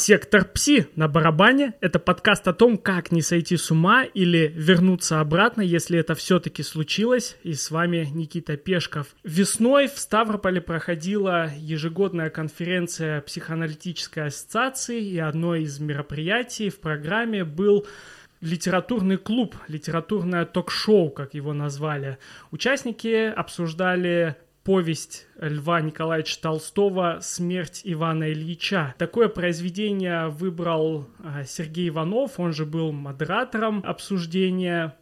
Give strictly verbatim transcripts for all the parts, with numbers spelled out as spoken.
Сектор Пси на барабане – это подкаст о том, как не сойти с ума или вернуться обратно, если это все-таки случилось. И с вами Никита Пешков. Весной в Ставрополе проходила ежегодная конференция Психоаналитической ассоциации, и одно из мероприятий в программе был литературный клуб, литературное ток-шоу, как его назвали. Участники обсуждали повесть Льва Николаевича Толстого «Смерть Ивана Ильича». Такое произведение выбрал Сергей Иванов, он же был модератором обсуждения.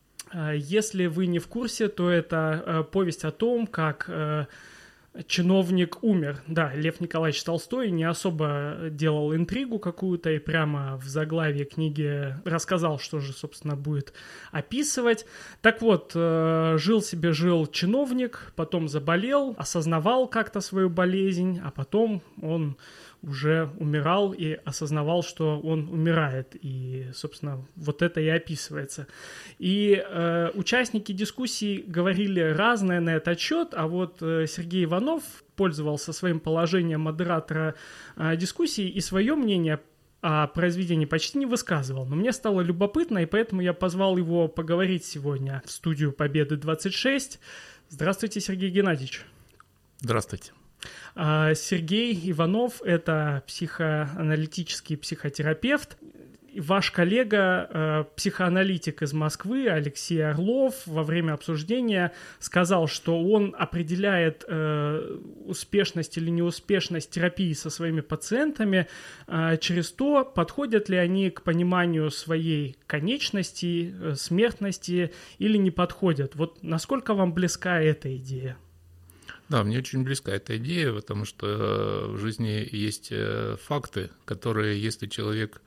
Если вы не в курсе, то это повесть о том, как чиновник умер. Да, Лев Николаевич Толстой не особо делал интригу какую-то и прямо в заглавии книги рассказал, что же, собственно, будет описывать. Так вот, жил себе жил чиновник, потом заболел, осознавал как-то свою болезнь, а потом он уже умирал и осознавал, что он умирает. И, собственно, вот это и описывается. И э, участники дискуссий говорили разное на этот счет, а вот э, Сергей Иванов пользовался своим положением модератора э, дискуссий и свое мнение о произведении почти не высказывал. Но мне стало любопытно, и поэтому я позвал его поговорить сегодня в студию Победы двадцать шесть. Здравствуйте, Сергей Геннадьевич. Здравствуйте. Сергей Иванов – это психоаналитический психотерапевт. Ваш коллега, психоаналитик из Москвы Алексей Орлов, во время обсуждения сказал, что он определяет успешность или неуспешность терапии со своими пациентами через то, подходят ли они к пониманию своей конечности, смертности или не подходят. Вот насколько вам близка эта идея? Да, мне очень близка эта идея, потому что в жизни есть факты, которые, если человек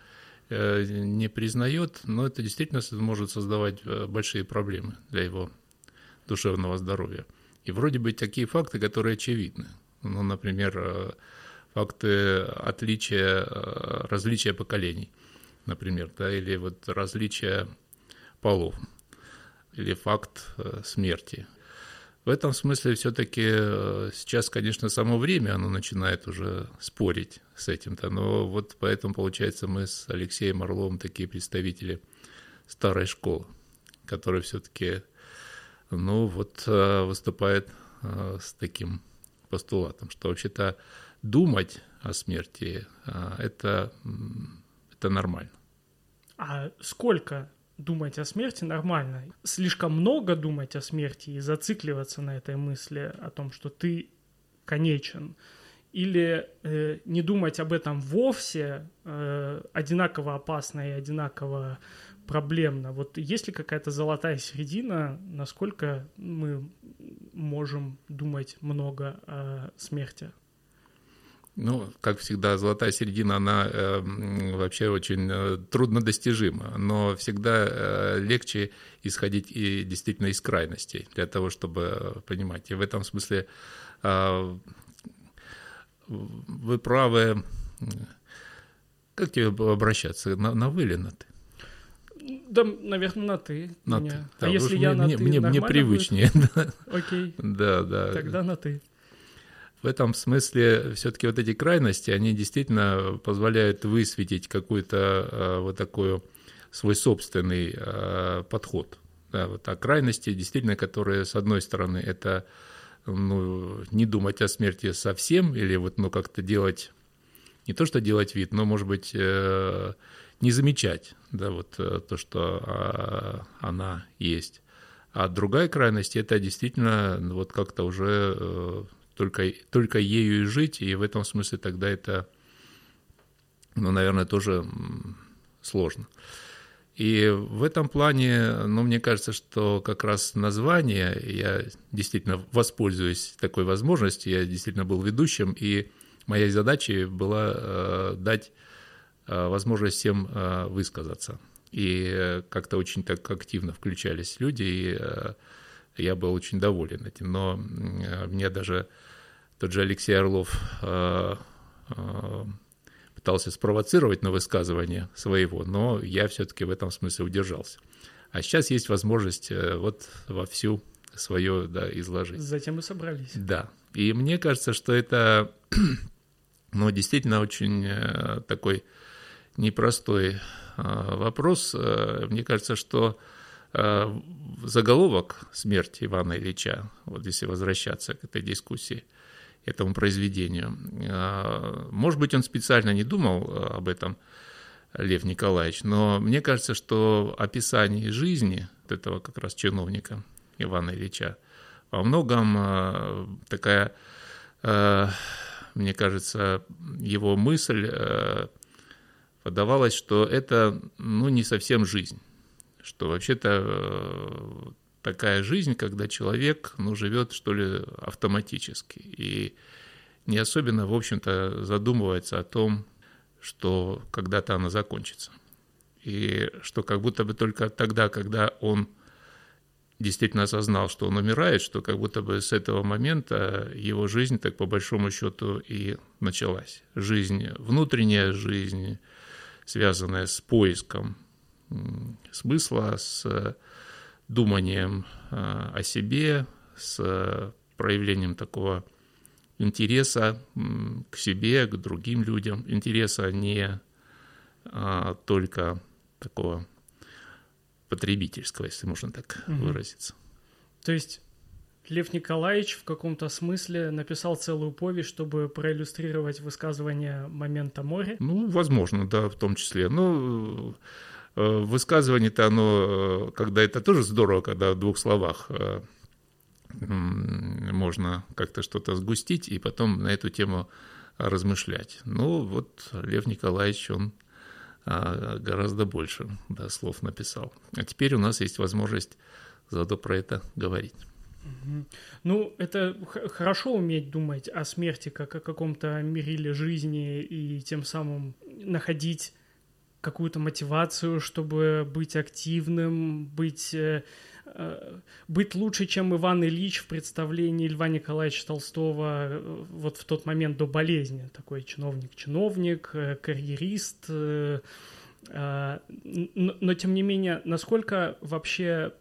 не признает, но это действительно может создавать большие проблемы для его душевного здоровья. И вроде бы такие факты, которые очевидны. Ну, например, факты отличия, различия поколений, например, да, или вот различия полов, или факт смерти. В этом смысле все-таки сейчас, конечно, само время, оно начинает уже спорить с этим-то, но вот поэтому, получается, мы с Алексеем Орловым такие представители старой школы, которые все-таки, ну, вот выступают с таким постулатом, что вообще-то думать о смерти – это, это нормально. А сколько думать о смерти нормально? Слишком много думать о смерти и зацикливаться на этой мысли о том, что ты конечен, или э, не думать об этом вовсе э, одинаково опасно и одинаково проблемно? Вот есть ли какая-то золотая середина, насколько мы можем думать много о смерти? Ну, как всегда, золотая середина, она э, вообще очень э, труднодостижима, но всегда э, легче исходить и действительно из крайностей для того, чтобы понимать. И в этом смысле э, вы правы. Как тебе обращаться? На, на вы или на ты? Да, наверное, на ты. На меня. ты. А Да, если мне, я на мне, ты, мне, мне привычнее. Окей. Да, да. Тогда на ты. В этом смысле все-таки вот эти крайности, они действительно позволяют высветить какой-то э, вот такой свой собственный э, подход. Да, вот, а крайности действительно, которые, с одной стороны, это ну, не думать о смерти совсем, или вот, ну, как-то делать, не то что делать вид, но, может быть, э, не замечать, да, вот, то, что э, она есть. А другая крайность – это действительно вот как-то уже э, Только, только ею и жить, и в этом смысле тогда это, ну, наверное, тоже сложно. И в этом плане, ну, мне кажется, что как раз название, я действительно воспользуюсь такой возможностью, я действительно был ведущим, и моей задачей была э, дать э, возможность всем э, высказаться. И как-то очень так активно включались люди, и э, я был очень доволен этим, но мне даже тот же Алексей Орлов э, э, пытался спровоцировать на высказывание своего, но я все-таки в этом смысле удержался. А сейчас есть возможность э, вот вовсю свое, да, изложить. Затем мы собрались. Да. И мне кажется, что это Но действительно очень такой непростой вопрос. Мне кажется, что заголовок «Смерть Ивана Ильича», вот если возвращаться к этой дискуссии, этому произведению, может быть, он специально не думал об этом, Лев Николаевич, но мне кажется, что описание жизни этого как раз чиновника Ивана Ильича во многом такая, мне кажется, его мысль подавалась, что это, ну, не совсем жизнь, что вообще-то такая жизнь, когда человек, ну, живет, что ли, автоматически и не особенно, в общем-то, задумывается о том, что когда-то она закончится. И что как будто бы только тогда, когда он действительно осознал, что он умирает, что как будто бы с этого момента его жизнь, так по большому счету, и началась. Жизнь, внутренняя жизнь, связанная с поиском смысла, с думанием о себе, с проявлением такого интереса к себе, к другим людям, интереса не а, только такого потребительского, если можно так угу. выразиться. То есть Лев Николаевич в каком-то смысле написал целую повесть, чтобы проиллюстрировать высказывание «Момента море»? Ну, возможно, да, в том числе. Ну, высказывание-то оно, когда это тоже здорово, когда в двух словах можно как-то что-то сгустить и потом на эту тему размышлять. Ну, вот Лев Николаевич, он гораздо больше, да, слов написал. А теперь у нас есть возможность заодно про это говорить. Ну, это хорошо уметь думать о смерти как о каком-то мериле жизни и тем самым находить какую-то мотивацию, чтобы быть активным, быть... быть лучше, чем Иван Ильич в представлении Льва Николаевича Толстого вот в тот момент до болезни. Такой чиновник-чиновник, карьерист. Но, но, тем не менее, насколько вообще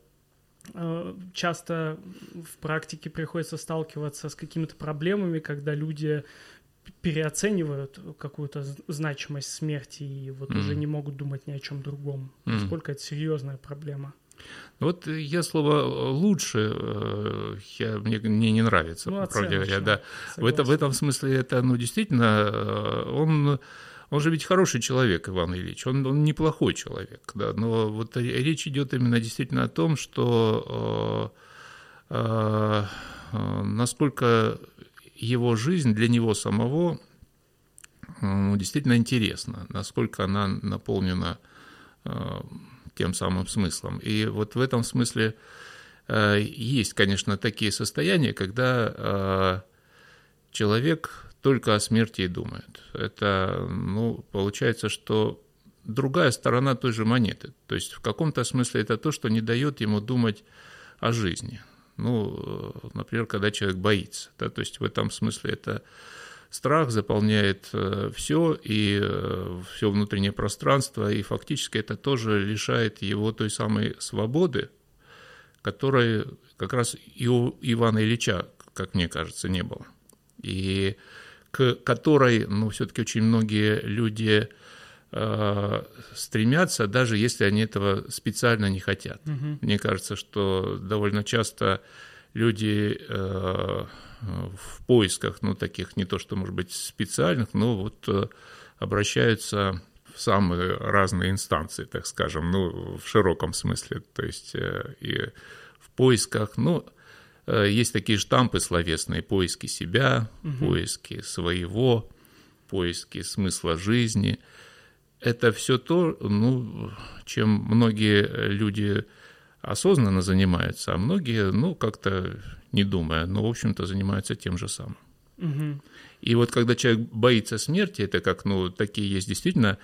часто в практике приходится сталкиваться с какими-то проблемами, когда люди переоценивают какую-то значимость смерти и вот mm. уже не могут думать ни о чем другом. Mm. Насколько это серьезная проблема? Вот я слово «лучше» я, мне, мне не нравится, ну, правда говоря. Да. В, это, в этом смысле это, ну, действительно, он, он же ведь хороший человек, Иван Ильич, он, он неплохой человек, да, но вот речь идет именно действительно о том, что э, э, насколько его жизнь для него самого ну, действительно интересна, насколько она наполнена э, тем самым смыслом. И вот в этом смысле э, есть, конечно, такие состояния, когда э, человек только о смерти и думает. Это, ну, получается, что другая сторона той же монеты. То есть в каком-то смысле это то, что не дает ему думать о жизни. Ну, например, когда человек боится. Да, то есть в этом смысле это страх заполняет все, и все внутреннее пространство, и фактически это тоже лишает его той самой свободы, которой как раз и у Ивана Ильича, как мне кажется, не было. И к которой, ну, все-таки очень многие люди э, стремятся, даже если они этого специально не хотят. Угу. Мне кажется, что довольно часто люди э, в поисках, ну, таких не то, что, может быть, специальных, но вот э, обращаются в самые разные инстанции, так скажем, ну, в широком смысле, то есть э, и в поисках, ну, есть такие штампы словесные: поиски себя, угу. поиски своего, поиски смысла жизни. Это все то, ну, чем многие люди осознанно занимаются, а многие, ну, как-то не думая, но, в общем-то, занимаются тем же самым. Угу. И вот когда человек боится смерти, это как, ну, такие есть действительно,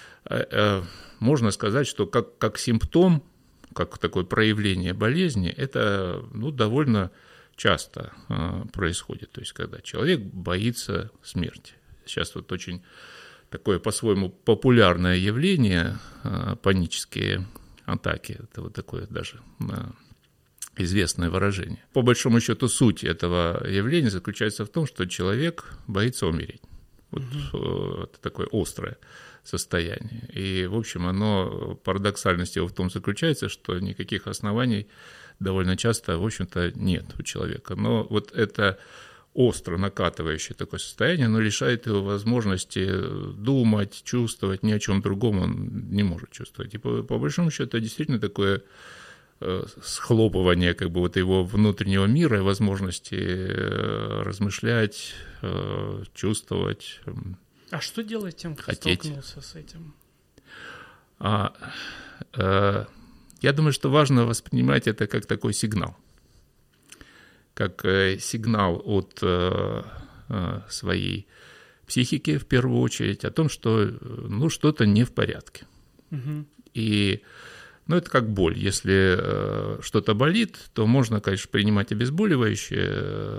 можно сказать, что как, как симптом, как такое проявление болезни, это, ну, довольно часто э, происходит. То есть, когда человек боится смерти. Сейчас вот очень такое по-своему популярное явление, э, панические атаки. Это вот такое даже э, известное выражение. По большому счету, суть этого явления заключается в том, что человек боится умереть. Вот, угу. Это такое острое состояние. И, в общем, оно, парадоксальность его в том заключается, что никаких оснований довольно часто, в общем-то, нет у человека. Но вот это остро накатывающее такое состояние, оно лишает его возможности думать, чувствовать, ни о чем другом он не может чувствовать. И по, по большому счету это действительно такое схлопывание как бы вот его внутреннего мира и возможности размышлять, чувствовать. А что делать тем, кто хотеть. столкнулся с этим? А, а, я думаю, что важно воспринимать это как такой сигнал. Как сигнал от своей психики, в первую очередь, о том, что ну, что-то не в порядке. Угу. И ну, это как боль. Если что-то болит, то можно, конечно, принимать обезболивающее,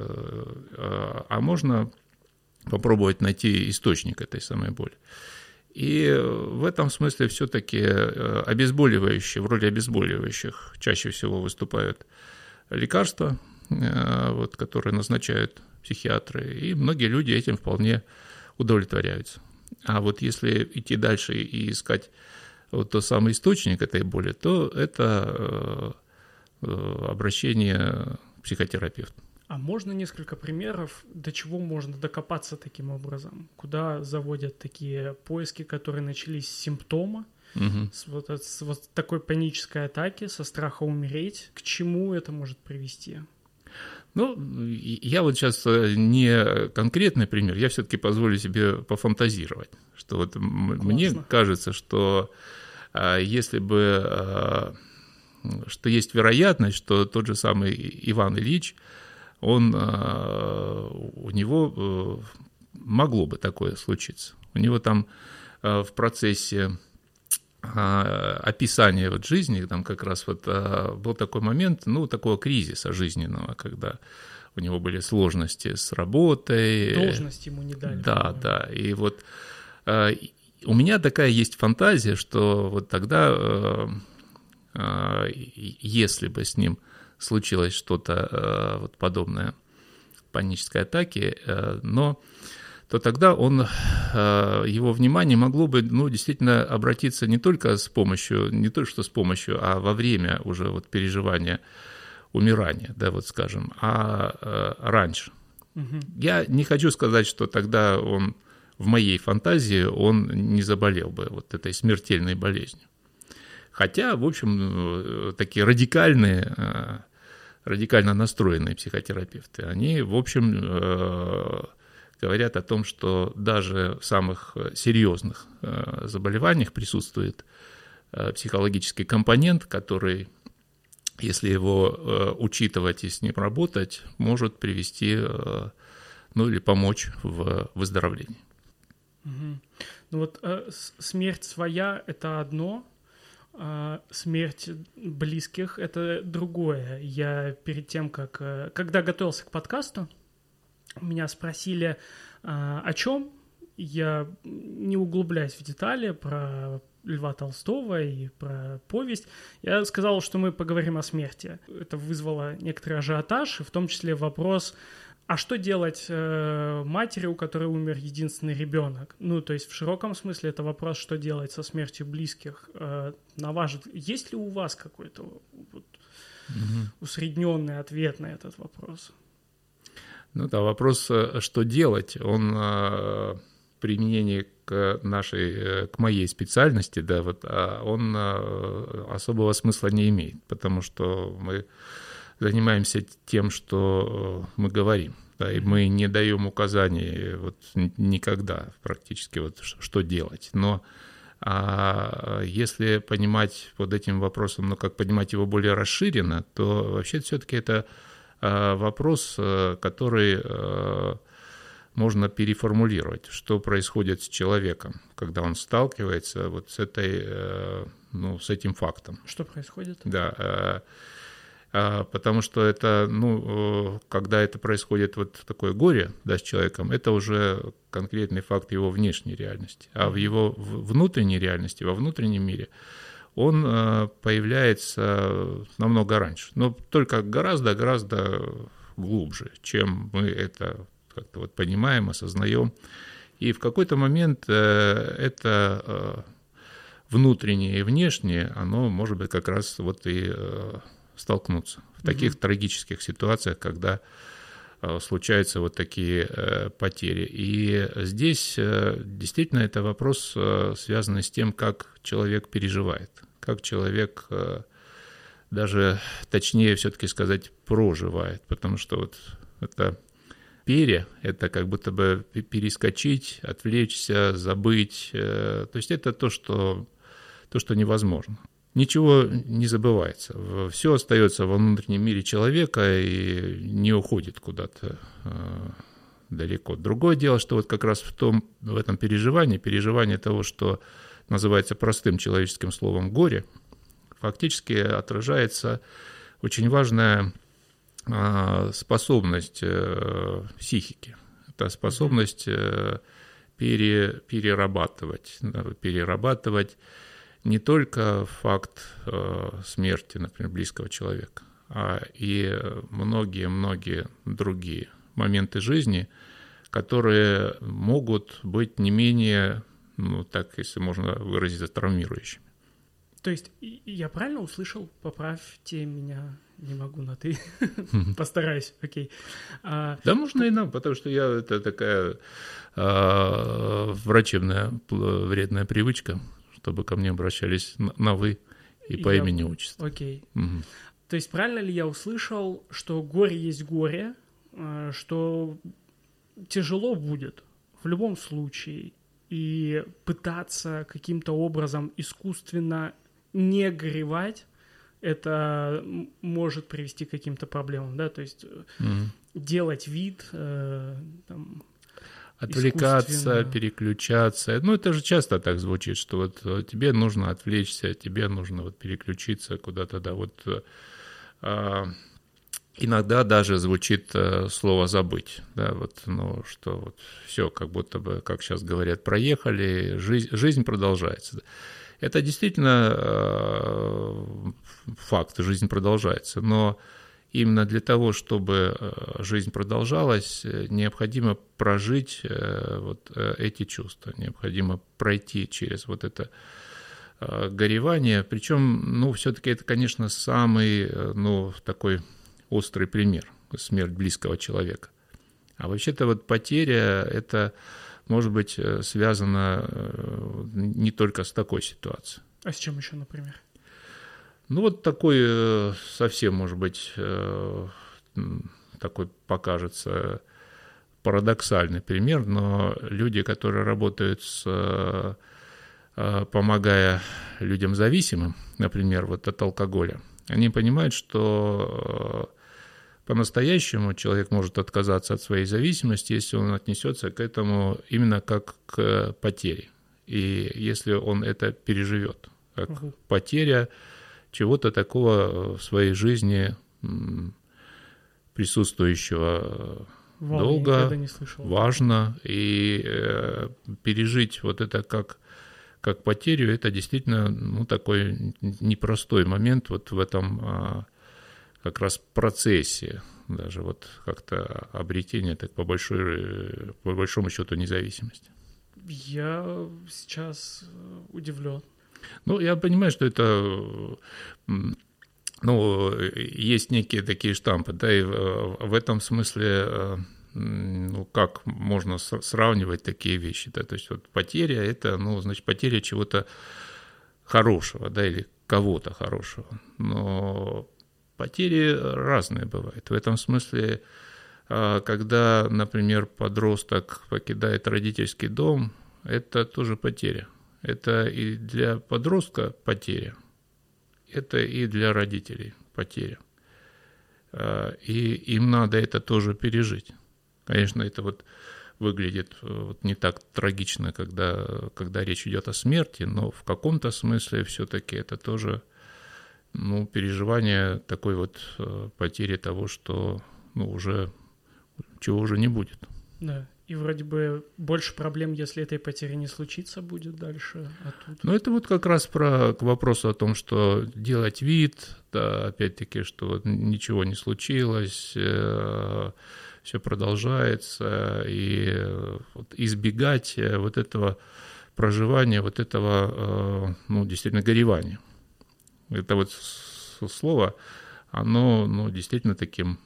а можно попробовать найти источник этой самой боли. И в этом смысле все-таки обезболивающие, в роли обезболивающих чаще всего выступают лекарства, вот, которые назначают психиатры, и многие люди этим вполне удовлетворяются. А вот если идти дальше и искать вот тот самый источник этой боли, то это обращение к психотерапевту. А можно несколько примеров, до чего можно докопаться таким образом? Куда заводят такие поиски, которые начались с симптома, угу. с, вот, с вот такой панической атаки, со страха умереть? К чему это может привести? Ну, я вот сейчас не конкретный пример, я все-таки позволю себе пофантазировать, что вот Классно. Мне кажется, что если бы, что есть вероятность, что тот же самый Иван Ильич, он, у него могло бы такое случиться. У него там в процессе описания вот жизни, там как раз вот был такой момент, ну, такого кризиса жизненного, когда у него были сложности с работой. Должность ему не дали. Да, да. И вот у меня такая есть фантазия, что вот тогда, если бы с ним случилось что-то вот подобное панической атаке, но то тогда он, его внимание могло бы, ну, действительно обратиться не только с помощью, не только что с помощью, а во время уже вот переживания умирания, да, вот скажем, а раньше. Угу. Я не хочу сказать, что тогда он, в моей фантазии, он не заболел бы вот этой смертельной болезнью. Хотя, в общем, такие радикальные, радикально настроенные психотерапевты, они, в общем, говорят о том, что даже в самых серьезных заболеваниях присутствует психологический компонент, который, если его учитывать и с ним работать, может привести, ну или помочь в выздоровлении. Угу. Ну вот смерть своя – это одно, а смерть близких – это другое. Я перед тем, как… Когда готовился к подкасту, меня спросили, о чем. Я, не углубляясь в детали про Льва Толстого и про повесть, я сказал, что мы поговорим о смерти. Это вызвало некоторый ажиотаж, и в том числе вопрос, а что делать э, матери, у которой умер единственный ребенок? Ну, то есть в широком смысле это вопрос, что делать со смертью близких. Э, на ваш взгляд, есть ли у вас какой-то вот, угу. усредненный ответ на этот вопрос? Ну да, вопрос, что делать, он в применении к нашей, к моей специальности, да, вот, он особого смысла не имеет, потому что мы занимаемся тем, что мы говорим, да, и мы не даем указаний вот, никогда практически, вот, что делать. Но а если понимать под этим вопросом, ну, как понимать его более расширенно, то вообще все-таки это вопрос, который можно переформулировать, что происходит с человеком, когда он сталкивается вот с, этой, ну, с этим фактом. Что происходит? Да, потому что это, ну, когда это происходит вот такое горе, да, с человеком, это уже конкретный факт его внешней реальности, а в его внутренней реальности, во внутреннем мире он появляется намного раньше, но только гораздо-гораздо глубже, чем мы это как-то вот понимаем, осознаем И в какой-то момент это внутреннее и внешнее, оно может быть как раз вот и столкнуться в таких угу. трагических ситуациях, когда случаются вот такие потери. И здесь действительно это вопрос, связанный с тем, как человек переживает, как человек, даже точнее все-таки сказать, проживает, потому что вот это пере, это как будто бы перескочить, отвлечься, забыть, то есть это то, что, то, что невозможно. Ничего не забывается, все остается во внутреннем мире человека и не уходит куда-то далеко. Другое дело, что вот как раз в, том, в этом переживании, переживании того, что называется простым человеческим словом горе, фактически отражается очень важная способность психики. Это способность пере, перерабатывать, перерабатывать не только факт э, смерти, например, близкого человека, а и многие-многие другие моменты жизни, которые могут быть не менее, ну так, если можно выразиться, травмирующими. То есть я правильно услышал? Поправьте меня, не могу на «ты», постараюсь, окей. Да можно и нам, потому что я, это такая врачебная вредная привычка, чтобы ко мне обращались на «вы» и по я... имени отчеству. Окей. Угу. То есть правильно ли я услышал, что горе есть горе, что тяжело будет в любом случае, и пытаться каким-то образом искусственно не горевать, это может привести к каким-то проблемам, да? То есть угу. делать вид... Э, там, отвлекаться, переключаться. Ну, это же часто так звучит, что вот тебе нужно отвлечься, тебе нужно вот переключиться куда-то, да, вот а, иногда даже звучит а, слово «забыть», да, вот, ну, что вот все, как будто бы, как сейчас говорят, проехали, жизнь, жизнь продолжается. Это действительно а, факт, жизнь продолжается, но именно для того, чтобы жизнь продолжалась, необходимо прожить вот эти чувства, необходимо пройти через вот это горевание. Причем, ну, все-таки это, конечно, самый, ну, такой острый пример – смерть близкого человека. А вообще-то вот потеря – это, может быть, связано не только с такой ситуацией. А с чем еще, например? Ну, вот такой совсем, может быть, такой покажется парадоксальный пример, но люди, которые работают с, помогая людям зависимым, например, вот от алкоголя, они понимают, что по-настоящему человек может отказаться от своей зависимости, если он отнесется к этому именно как к потере. И если он это переживет, как угу. потеря чего-то такого в своей жизни присутствующего Вау, долго, важно, и э, пережить вот это как, как потерю, это действительно, ну, такой непростой момент вот в этом а, как раз процессе, даже вот как-то обретения, так по, большой, по большому счету, независимости. Я сейчас удивлен. Ну, я понимаю, что это, ну, есть некие такие штампы, да, и в этом смысле, ну, как можно сравнивать такие вещи, да, то есть вот потеря – это, ну, значит, потеря чего-то хорошего, да, или кого-то хорошего, но потери разные бывают. В этом смысле, когда, например, подросток покидает родительский дом, это тоже потеря. Это и для подростка потеря, это и для родителей потеря. И им надо это тоже пережить. Конечно, это вот выглядит вот не так трагично, когда, когда речь идет о смерти, но в каком-то смысле все-таки это тоже, ну, переживание такой вот потери того, что, ну, уже, чего уже не будет. Да. И вроде бы больше проблем, если этой потери не случится, будет дальше. А тут... Ну, это вот как раз про, к вопросу о том, что делать вид, да, опять-таки, что ничего не случилось, э, все продолжается, и вот избегать вот этого проживания, вот этого, ну, действительно, горевания. Это вот слово, оно, ну, действительно таким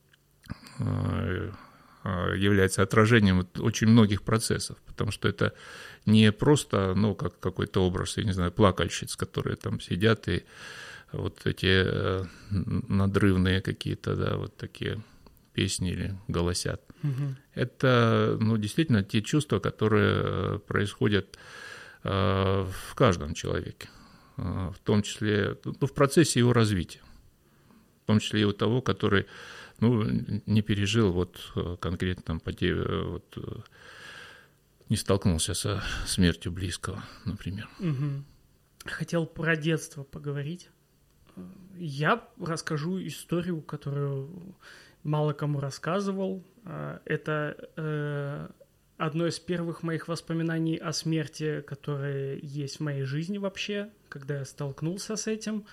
является отражением очень многих процессов, потому что это не просто, ну, как какой-то образ, я не знаю, плакальщиц, которые там сидят и вот эти надрывные какие-то, да, вот такие песни или голосят. Угу. Это, ну, действительно те чувства, которые происходят в каждом человеке, в том числе, ну, в процессе его развития, в том числе и у того, который, ну, не пережил вот конкретно там потерю, вот, не столкнулся со смертью близкого, например. Угу. Хотел про детство поговорить. Я расскажу историю, которую мало кому рассказывал. Это одно из первых моих воспоминаний о смерти, которые есть в моей жизни вообще, когда я столкнулся с этим.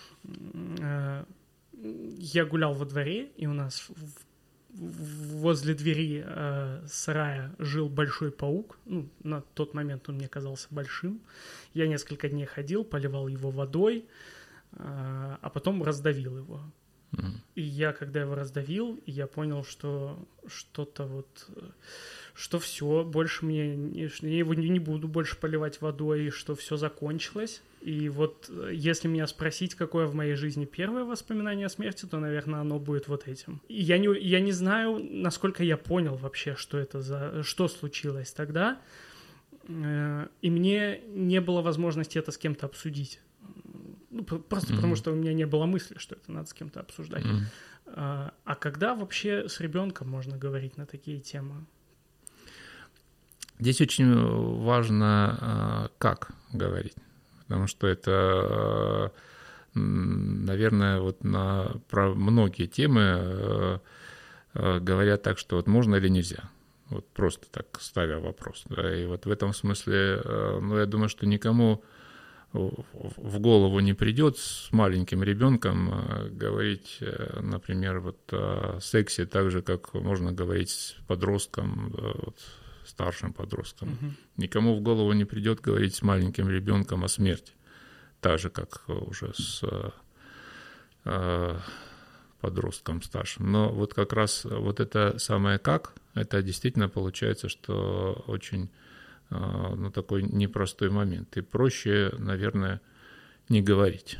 Я гулял во дворе, и у нас возле двери э, сарая жил большой паук. Ну, на тот момент он мне казался большим. Я несколько дней ходил, поливал его водой, э, а потом раздавил его. Mm-hmm. И я, когда его раздавил, я понял, что что-то вот... что все, больше мне... Я его не буду больше поливать водой, что все закончилось. И вот если меня спросить, какое в моей жизни первое воспоминание о смерти, то, наверное, оно будет вот этим. И я не, я не знаю, насколько я понял вообще, что это за... что случилось тогда. И мне не было возможности это с кем-то обсудить. Ну, просто mm-hmm. потому, что у меня не было мысли, что это надо с кем-то обсуждать. Mm-hmm. А, а когда вообще с ребенком можно говорить на такие темы? Здесь очень важно, как говорить. Потому что это, наверное, вот на, про многие темы говорят так, что вот можно или нельзя. Вот просто так ставя вопрос. Да. И вот в этом смысле, ну, я думаю, что никому в голову не придет с маленьким ребенком говорить, например, вот о сексе так же, как можно говорить с подростком, вот, старшим подростком. Uh-huh. Никому в голову не придет говорить с маленьким ребенком о смерти, так же, как уже с э, подростком старшим. Но вот как раз вот это самое «как», это действительно получается, что очень э, ну, такой непростой момент. И проще, наверное, не говорить.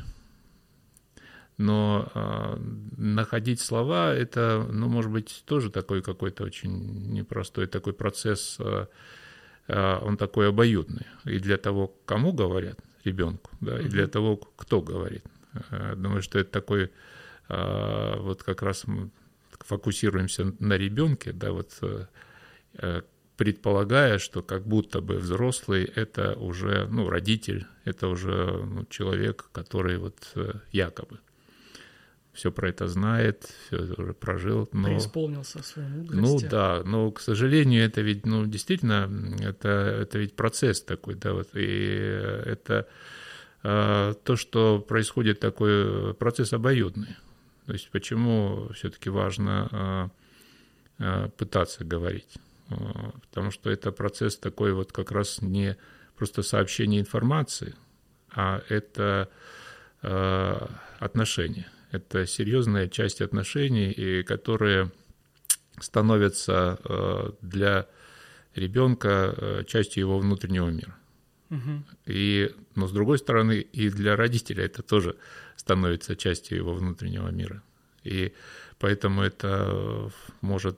Но э, находить слова – это, ну, может быть, тоже такой какой-то очень непростой такой процесс, э, э, он такой обоюдный. И для того, кому говорят, ребенку, да, mm-hmm. и для того, кто говорит. Э, думаю, что это такой, э, вот как раз мы фокусируемся на ребенке, да, вот, э, предполагая, что как будто бы взрослый – это уже, ну, родитель, это уже, ну, человек, который вот э, якобы все про это знает, все это уже прожил. Но... преисполнился в своей мудрости. Ну да, но, к сожалению, это ведь, ну, действительно, это, это ведь процесс такой, да, вот, и это э, то, что происходит такой процесс обоюдный. То есть почему все-таки важно э, э, пытаться говорить? Э, потому что это процесс такой вот как раз не просто сообщение информации, а это э, отношения. Это серьезная часть отношений, и которые становятся для ребенка частью его внутреннего мира. Угу. И, но с другой стороны, и для родителя это тоже становится частью его внутреннего мира. И поэтому это может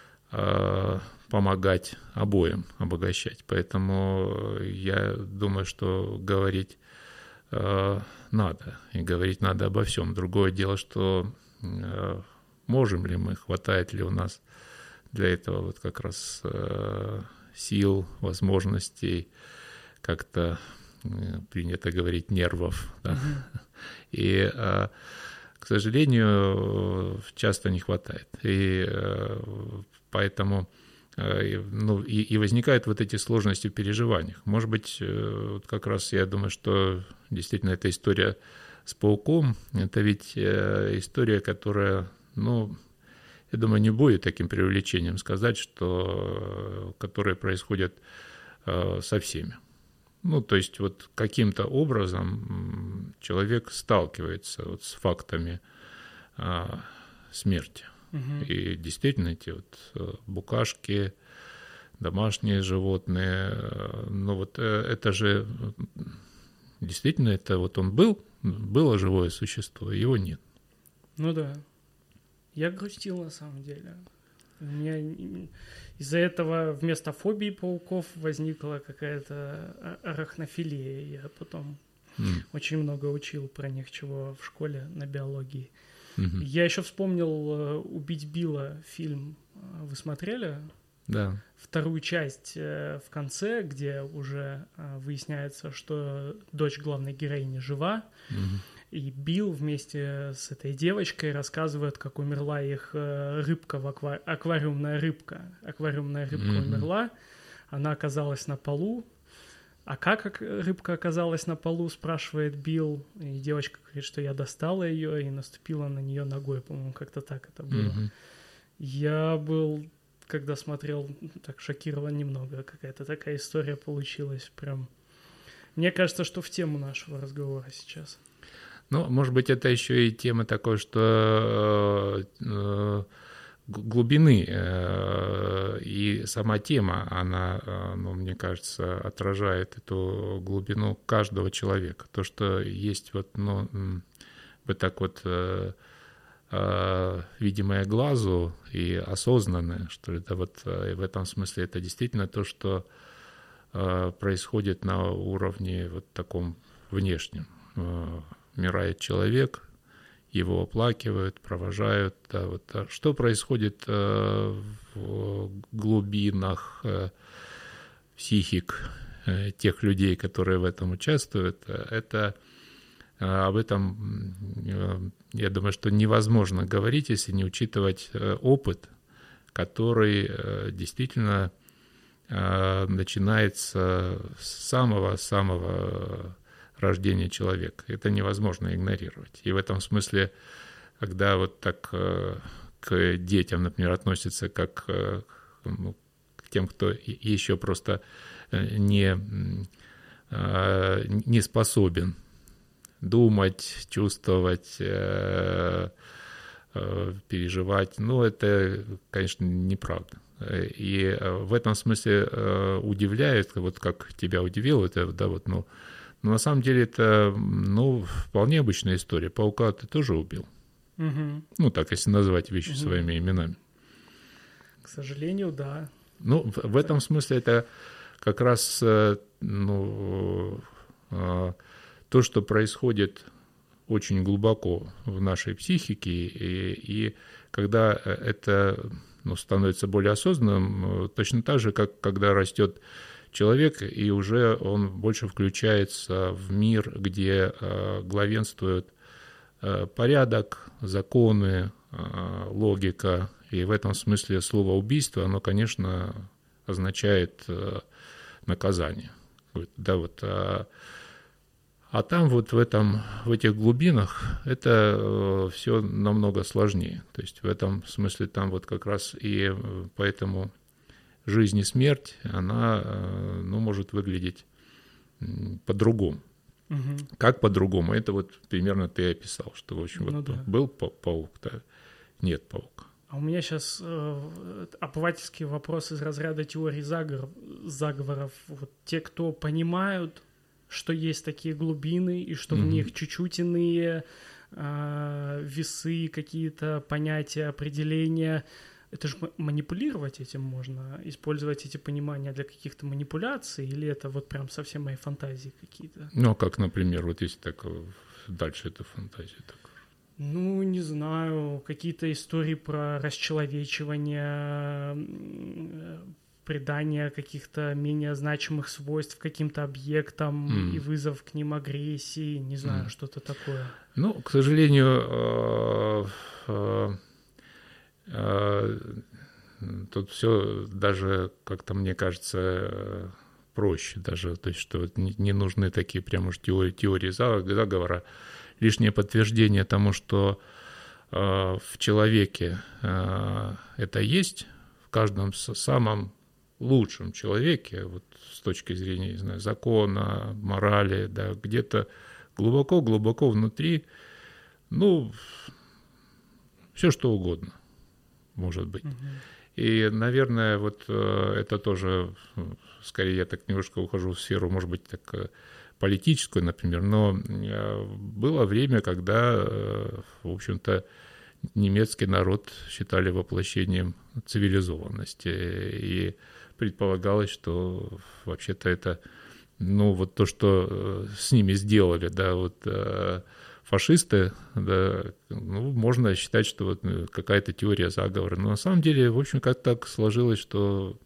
помогать обоим, обогащать. Поэтому я думаю, что говорить надо, и говорить надо обо всем. Другое дело, что э, можем ли мы, хватает ли у нас для этого вот как раз э, сил, возможностей, как-то э, принято говорить нервов. Да? Mm-hmm. И, э, к сожалению, часто не хватает. И э, поэтому э, ну, и, и возникают вот эти сложности в переживаниях. Может быть, э, как раз я думаю, что действительно, эта история с пауком, это ведь история, которая, ну, я думаю, не будет таким преувеличением сказать, что которые происходят со всеми. Ну, то есть вот каким-то образом человек сталкивается вот с фактами смерти. Угу. И действительно эти вот букашки, домашние животные, ну вот это же действительно, это вот он был, было живое существо, его нет. Ну да. Я грустил на самом деле. У меня из-за этого вместо фобии пауков возникла какая-то арахнофилия. Я потом mm. очень много учил про них, чего в школе на биологии. Mm-hmm. Я еще вспомнил «Убить Билла» фильм. Вы смотрели? Да. Вторую часть в конце, где уже выясняется, что дочь главной героини жива. Mm-hmm. И Билл вместе с этой девочкой рассказывает, как умерла их рыбка, в аква... аквариумная рыбка. Аквариумная рыбка mm-hmm. умерла, она оказалась на полу. А как рыбка оказалась на полу, спрашивает Билл. И девочка говорит, что я достала ее и наступила на нее ногой. По-моему, как-то так это было. Mm-hmm. Я был, когда смотрел, так шокирован немного. Какая-то такая история получилась. Прям. Мне кажется, что в тему нашего разговора сейчас. Ну, может быть, это еще и тема такой, что э, глубины э, и сама тема, она, э, ну, мне кажется, отражает эту глубину каждого человека. То, что есть вот, ну, вот так вот э, э, видимое глазу и осознанное, что это вот э, в этом смысле это действительно то, что э, происходит на уровне вот таком внешнем. Э, Умирает человек, его оплакивают, провожают. Да, вот. А что происходит э, в глубинах э, психик э, тех людей, которые в этом участвуют, это э, об этом, э, я думаю, что невозможно говорить, если не учитывать э, опыт, который э, действительно э, начинается с самого-самого рождения человека. Это невозможно игнорировать. И в этом смысле, когда вот так э, к детям, например, относятся как э, ну, к тем, кто еще просто не, э, не способен думать, чувствовать, э, э, переживать, ну, это, конечно, неправда. И в этом смысле э, удивляет, вот как тебя удивило, это, да, вот, ну, но на самом деле это, ну, вполне обычная история. Паука ты тоже убил. Угу. Ну, так, если назвать вещи угу. своими именами. К сожалению, да. Ну, в, в этом смысле это как раз, ну, то, что происходит очень глубоко в нашей психике, и, и когда это, ну, становится более осознанным, точно так же, как когда растет человек, и уже он больше включается в мир, где э, главенствует э, порядок, законы, э, логика. И в этом смысле слово «убийство», оно, конечно, означает э, наказание. Вот, да, вот, а, а там вот в, этом, в этих глубинах это э, все намного сложнее. То есть в этом смысле там вот как раз и поэтому... Жизнь и смерть, она, ну, может выглядеть по-другому. Угу. Как по-другому? Это вот примерно ты описал, что, в общем, ну, вот да. был паук, да, нет паука. А у меня сейчас э, обывательский вопрос из разряда теории заговор, заговоров. Вот те, кто понимают, что есть такие глубины, и что угу. в них чуть-чуть иные э, весы, какие-то понятия, определения... Это же манипулировать этим можно, использовать эти понимания для каких-то манипуляций, или это вот прям совсем мои фантазии какие-то? Ну, как, например, вот если так дальше это фантазия. Так. Ну, не знаю, какие-то истории про расчеловечивание, придание каких-то менее значимых свойств каким-то объектам mm. и вызов к ним агрессии, не знаю, mm. что-то такое. Ну, к сожалению, тут все даже, как-то мне кажется, проще даже, то есть что не нужны такие прям уж теории, теории заговора, лишнее подтверждение тому, что в человеке это есть, в каждом самом лучшем человеке, вот с точки зрения, не знаю, закона, морали, да, где-то глубоко-глубоко внутри, ну, все что угодно может быть. Угу. И, наверное, вот это тоже, скорее, я так немножко ухожу в сферу, может быть, так политическую, например, но было время, когда, в общем-то, немецкий народ считали воплощением цивилизованности, и предполагалось, что вообще-то это, ну, вот то, что с ними сделали, да, вот фашисты, да, ну, можно считать, что вот какая-то теория заговора, но на самом деле, в общем, как так сложилось, что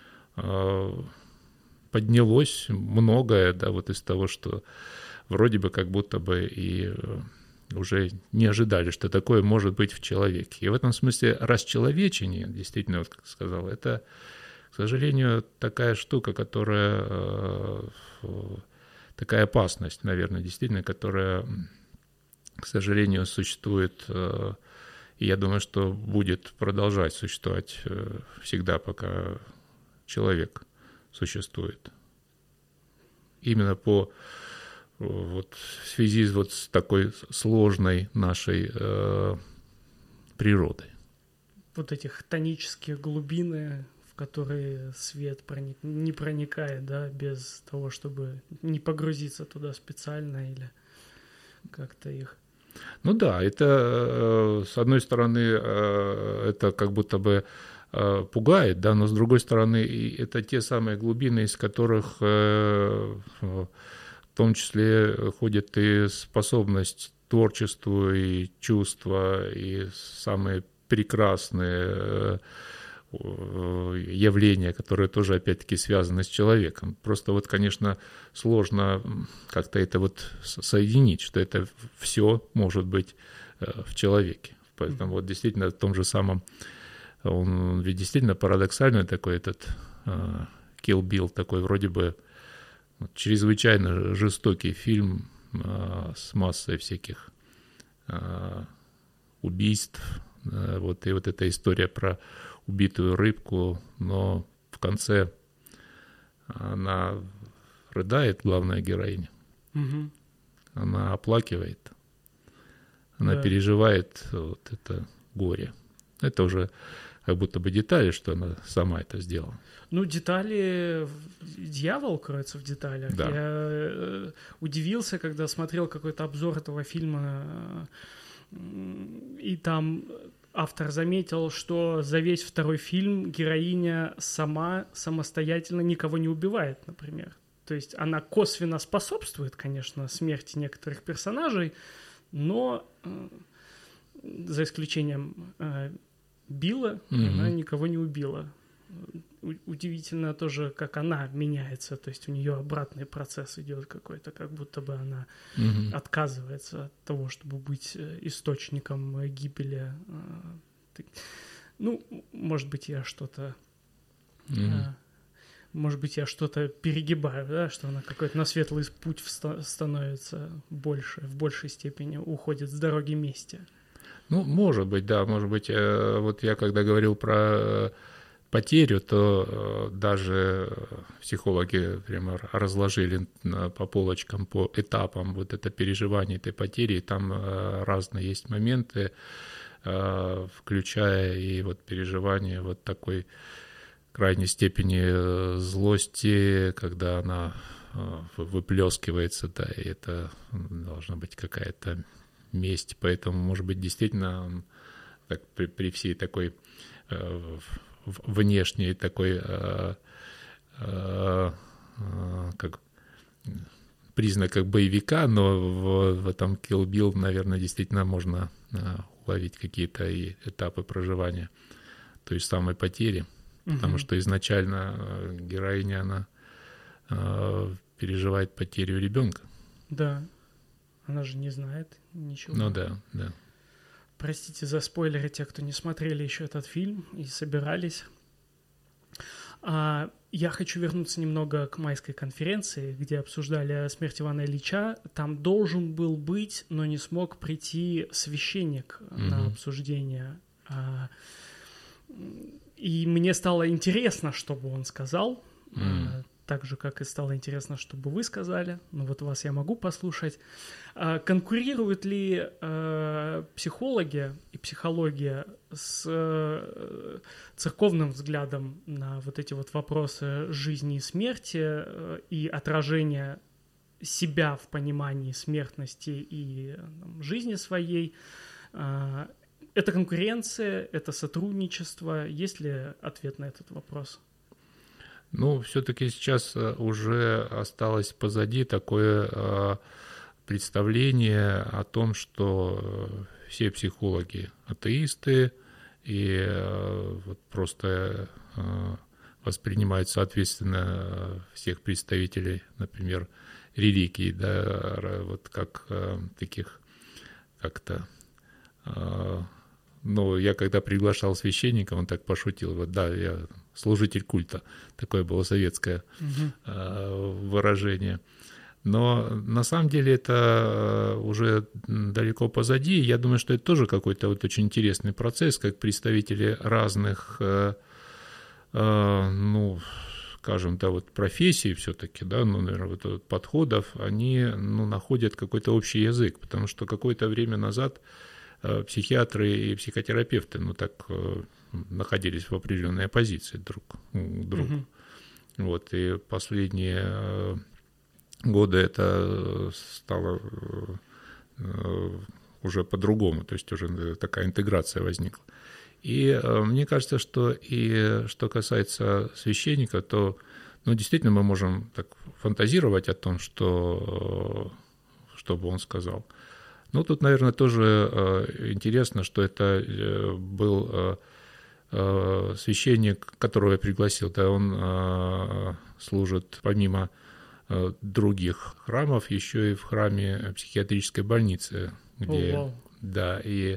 поднялось многое, да, вот из того, что вроде бы как будто бы и уже не ожидали, что такое может быть в человеке. И в этом смысле расчеловечение, действительно, вот как сказал, это, к сожалению, такая штука, которая, такая опасность, наверное, действительно, которая, к сожалению, существует, и я думаю, что будет продолжать существовать всегда, пока человек существует. Именно по вот в связи вот с такой сложной нашей э, природой. Вот этих хтонических глубины, в которые свет проник... не проникает, да, без того, чтобы не погрузиться туда специально или как-то их... Ну да, это, с одной стороны, это как будто бы пугает, да, но с другой стороны, это те самые глубины, из которых... В том числе ходит и способность к творчеству, и чувства, и самые прекрасные явления, которые тоже, опять-таки, связаны с человеком. Просто вот, конечно, сложно как-то это вот соединить, что это все может быть в человеке. Поэтому вот действительно в том же самом, он ведь действительно парадоксальный такой этот Kill Bill, такой вроде бы чрезвычайно жестокий фильм а, с массой всяких а, убийств. А, вот, и вот эта история про убитую рыбку, но в конце она рыдает, главная героиня. Угу. Она оплакивает, она да. переживает вот это горе. Это уже как будто бы детали, что она сама это сделала. Ну, детали... Дьявол кроется в деталях. Да. Я удивился, когда смотрел какой-то обзор этого фильма, и там автор заметил, что за весь второй фильм героиня сама самостоятельно никого не убивает, например. То есть она косвенно способствует, конечно, смерти некоторых персонажей, но за исключением Билла, mm-hmm. она никого не убила. Удивительно тоже, как она меняется, то есть у нее обратный процесс идет какой-то, как будто бы она mm-hmm. отказывается от того, чтобы быть источником гибели. Ну, может быть, я что-то, mm-hmm. может быть, я что-то перегибаю, да, что она какой-то на светлый путь становится больше, в большей степени уходит с дороги мести. Ну, может быть, да, может быть, вот я когда говорил про потерю, то даже психологи прямо разложили по полочкам, по этапам вот это переживание этой потери, и там разные есть моменты, включая и вот переживание вот такой крайней степени злости, когда она выплескивается, да, и это должна быть какая-то месть, поэтому, может быть, действительно так, при, при всей такой э, внешней такой э, э, как признаках боевика, но в, в этом Kill Bill, наверное, действительно можно э, уловить какие-то и этапы проживания той самой потери, угу. потому что изначально героиня, она э, переживает потерю ребенка. Да. Она же не знает ничего. Ну да, да. Простите за спойлеры, те, кто не смотрели еще этот фильм и собирались. Я хочу вернуться немного к майской конференции, где обсуждали смерть Ивана Ильича. Там должен был быть, но не смог прийти священник mm-hmm. на обсуждение. И мне стало интересно, что бы он сказал, mm. так же, как и стало интересно, что бы вы сказали. Ну вот вас я могу послушать. Конкурируют ли психологи и психология с церковным взглядом на вот эти вот вопросы жизни и смерти и отражения себя в понимании смертности и там, жизни своей? Это конкуренция, это сотрудничество. Есть ли ответ на этот вопрос? Ну, все-таки сейчас уже осталось позади такое представление о том, что все психологи атеисты и вот просто воспринимают соответственно всех представителей, например, религий, да, вот как таких как-то. Но я когда приглашал священника, он так пошутил, вот да, я служитель культа, такое было советское угу. выражение. Но на самом деле это уже далеко позади. Я думаю, что это тоже какой-то вот очень интересный процесс, как представители разных, ну, скажем, да, вот профессий все-таки, да, ну, наверное, вот, вот подходов, они, ну, находят какой-то общий язык, потому что какое-то время назад психиатры и психотерапевты, ну, так находились в определенной оппозиции друг к другу. Угу. Вот, и последние годы это стало уже по-другому, то есть уже такая интеграция возникла. И мне кажется, что и что касается священника, то, ну, действительно мы можем так фантазировать о том, что, что бы он сказал. Ну, тут, наверное, тоже интересно, что это был священник, которого я пригласил, да, он служит помимо других храмов еще и в храме психиатрической больницы, где, oh, wow. да, и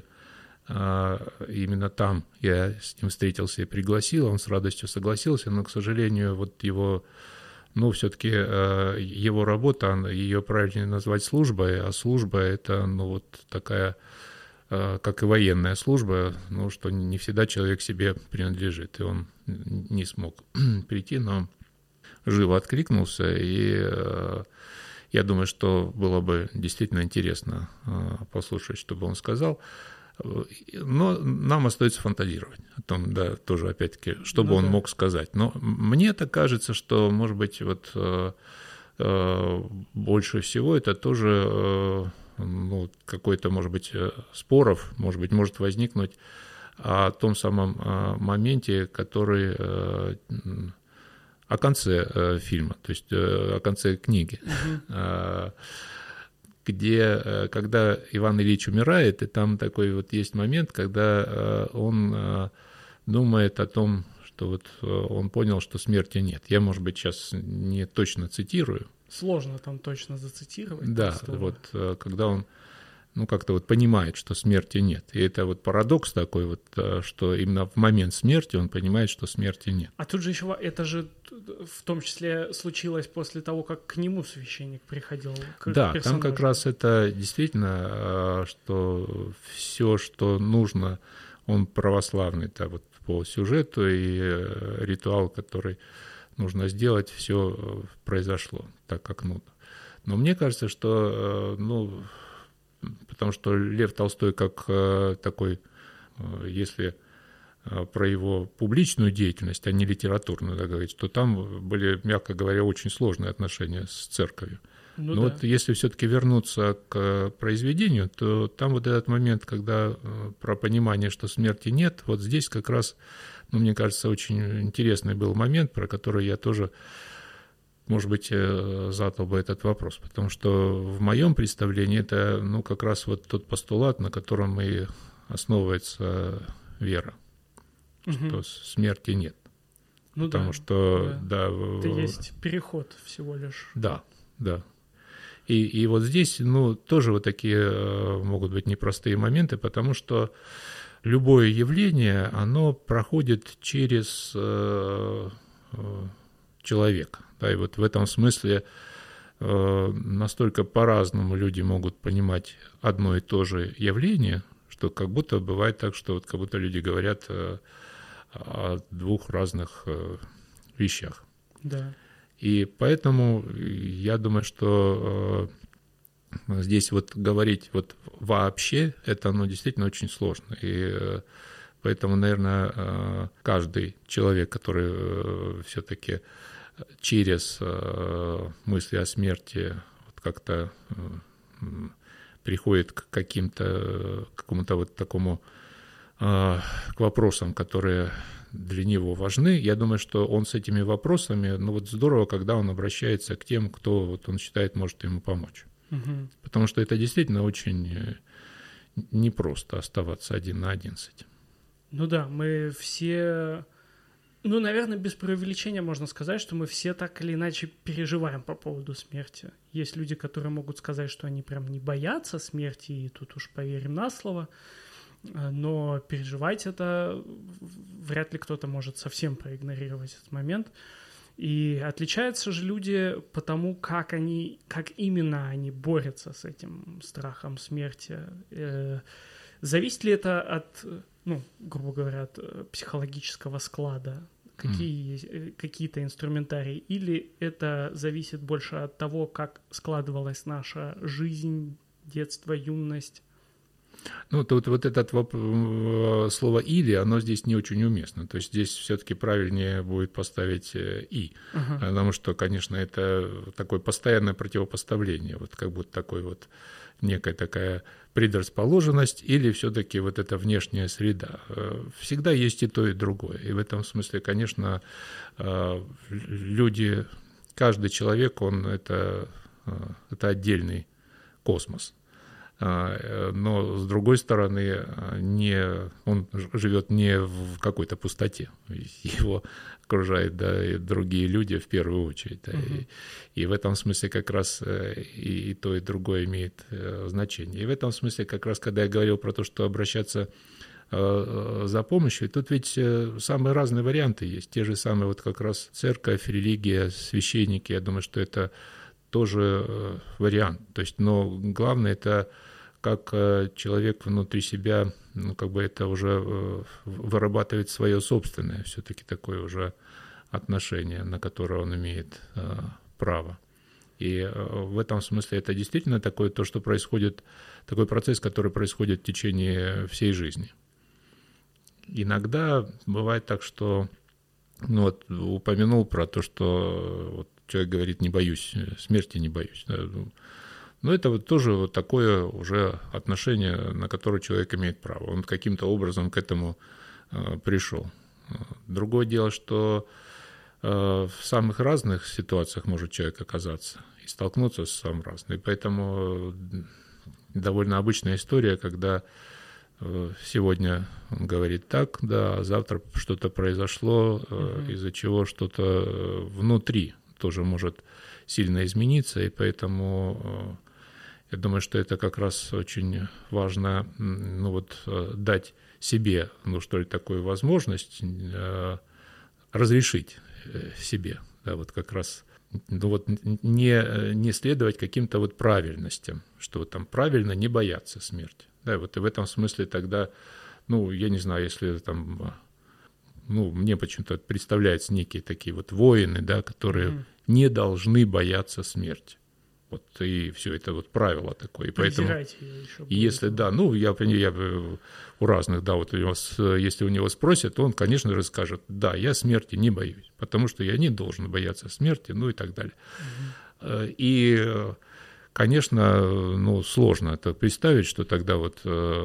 именно там я с ним встретился и пригласил, он с радостью согласился, но, к сожалению, вот его... Ну, все-таки э, его работа, ее правильнее назвать службой, а служба – это, ну, вот такая, э, как и военная служба, ну, что не всегда человек себе принадлежит, и он не смог прийти, но живо откликнулся, и э, я думаю, что было бы действительно интересно э, послушать, что бы он сказал. Но нам остается фантазировать о том, да, тоже опять-таки, что ну, бы он да. мог сказать. Но мне так кажется, что, может быть, вот э, э, больше всего это тоже э, ну, какой-то, может быть, споров, может быть, может возникнуть о том самом э, моменте, который э, о конце э, фильма, то есть э, о конце книги. Uh-huh. Где, когда Иван Ильич умирает, и там такой вот есть момент, когда он думает о том, что вот он понял, что смерти нет. Я, может быть, сейчас не точно цитирую. Сложно там точно зацитировать. Да, вот когда он, ну, как-то вот понимает, что смерти нет. И это вот парадокс такой вот, что именно в момент смерти он понимает, что смерти нет. А тут же еще, это же в том числе случилось после того, как к нему священник приходил. К да, персонажу. Там как раз это действительно, что все, что нужно, он православный, да, вот по сюжету и ритуал, который нужно сделать, все произошло так, как нужно. Но мне кажется, что, ну, потому что Лев Толстой как такой, если про его публичную деятельность, а не литературную, да, говорить, то там были, мягко говоря, очень сложные отношения с церковью. Ну, Но да. вот если все-таки вернуться к произведению, то там вот этот момент, когда про понимание, что смерти нет, вот здесь как раз, ну, мне кажется, очень интересный был момент, про который я тоже, может быть, задал бы этот вопрос, потому что в моем представлении это, ну, как раз вот тот постулат, на котором и основывается вера, угу. что смерти нет. Ну, потому да, что, да. да это есть переход всего лишь. Да, да. И, и вот здесь, ну, тоже вот такие могут быть непростые моменты, потому что любое явление, оно проходит через человека. Да, и вот в этом смысле настолько по-разному люди могут понимать одно и то же явление, что как будто бывает так, что вот как будто люди говорят о двух разных вещах. Да. И поэтому я думаю, что здесь вот говорить вот вообще, это ну, действительно очень сложно. И поэтому, наверное, каждый человек, который все-таки через мысли о смерти вот как-то приходит к каким-то, к какому-то вот такому, к вопросам, которые для него важны, я думаю, что он с этими вопросами, ну вот здорово, когда он обращается к тем, кто вот он считает может ему помочь. Угу. Потому что это действительно очень непросто оставаться один на один с этим. Ну да, мы все, ну, наверное, без преувеличения можно сказать, что мы все так или иначе переживаем по поводу смерти. Есть люди, которые могут сказать, что они прям не боятся смерти, и тут уж поверим на слово, но переживать это вряд ли кто-то может совсем проигнорировать этот момент. И отличаются же люди по тому, как они, как именно они борются с этим страхом смерти. Зависит ли это от, ну, грубо говоря, от психологического склада, какие, mm. какие-то инструментарии, или это зависит больше от того, как складывалась наша жизнь, детство, юность? Ну, тут вот это слово «или», оно здесь не очень уместно. То есть здесь все-таки правильнее будет поставить «и». Uh-huh. Потому что, конечно, это такое постоянное противопоставление, вот как будто такой вот некая такая предрасположенность или все-таки вот эта внешняя среда. Всегда есть и то, и другое. И в этом смысле, конечно, люди, каждый человек, он это, это отдельный космос. Но, с другой стороны, не, он живет не в какой-то пустоте. Его окружают, да, и другие люди в первую очередь. Да, uh-huh. и, и в этом смысле как раз и, и то, и другое имеет значение. И в этом смысле как раз, когда я говорил про то, что обращаться за помощью, тут ведь самые разные варианты есть. Те же самые вот как раз церковь, религия, священники. Я думаю, что это тоже вариант. То есть, но главное это как человек внутри себя, ну, как бы это уже вырабатывает свое собственное все-таки такое уже отношение, на которое он имеет право. И в этом смысле это действительно такое то, что происходит, такой процесс, который происходит в течение всей жизни. Иногда бывает так, что, ну вот упомянул про то, что вот человек говорит, не боюсь, смерти не боюсь. Да. Но это вот тоже вот такое уже отношение, на которое человек имеет право. Он каким-то образом к этому э, пришел. Другое дело, что э, в самых разных ситуациях может человек оказаться и столкнуться с самым разным. И поэтому довольно обычная история, когда э, сегодня он говорит так, да, а завтра что-то произошло, э, mm-hmm. из-за чего что-то внутри тоже может сильно измениться, и поэтому я думаю, что это как раз очень важно, ну вот, дать себе, ну что ли, такую возможность разрешить себе, да, вот как раз, ну вот не, не следовать каким-то вот правильностям, что вот там правильно не бояться смерти, да, вот и в этом смысле тогда, ну, я не знаю, если там, ну, мне почему-то представляются некие такие вот воины, да, которые mm-hmm. не должны бояться смерти. Вот и все это вот правило такое. И поэтому, и если да, ну я, я у разных, да, вот у него, если у него спросят, то он, конечно же, скажет, да, я смерти не боюсь, потому что я не должен бояться смерти, ну и так далее. Mm-hmm. И, конечно, ну сложно это представить, что тогда вот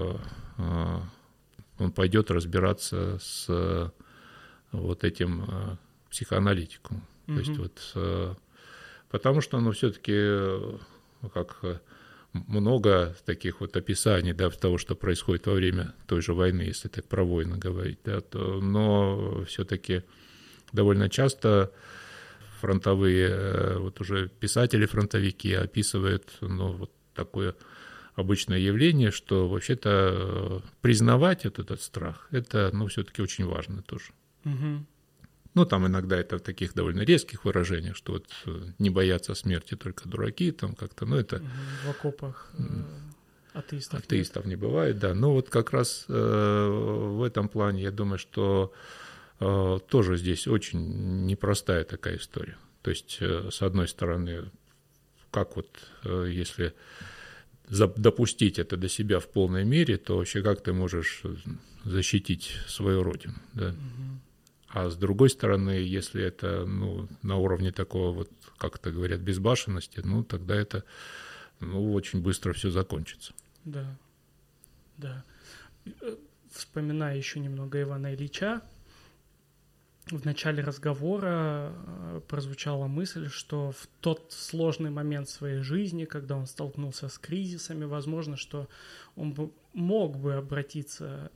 он пойдет разбираться с вот этим психоаналитиком. Mm-hmm. То есть вот, потому что, ну, все-таки, как много таких вот описаний, да, того, что происходит во время той же войны, если так про войны говорить, да, то, но все-таки довольно часто фронтовые, вот уже писатели-фронтовики описывают, ну, вот такое обычное явление, что вообще-то признавать вот этот страх, это, ну, все-таки очень важно тоже. Угу. Ну, там иногда это в таких довольно резких выражениях, что вот не боятся смерти только дураки, там как-то, ну, это... В окопах э, атеистов Атеистов не бывает, да. Но вот как раз э, в этом плане, я думаю, что э, тоже здесь очень непростая такая история. То есть, э, с одной стороны, как вот, э, если допустить это до себя в полной мере, то вообще как ты можешь защитить свою родину, да? Угу. А с другой стороны, если это, ну, на уровне такого вот, как это говорят, безбашенности, ну, тогда это, ну, очень быстро все закончится. Да, да. Вспоминая еще немного Ивана Ильича, в начале разговора прозвучала мысль, что в тот сложный момент своей жизни, когда он столкнулся с кризисами, возможно, что он бы, мог бы обратиться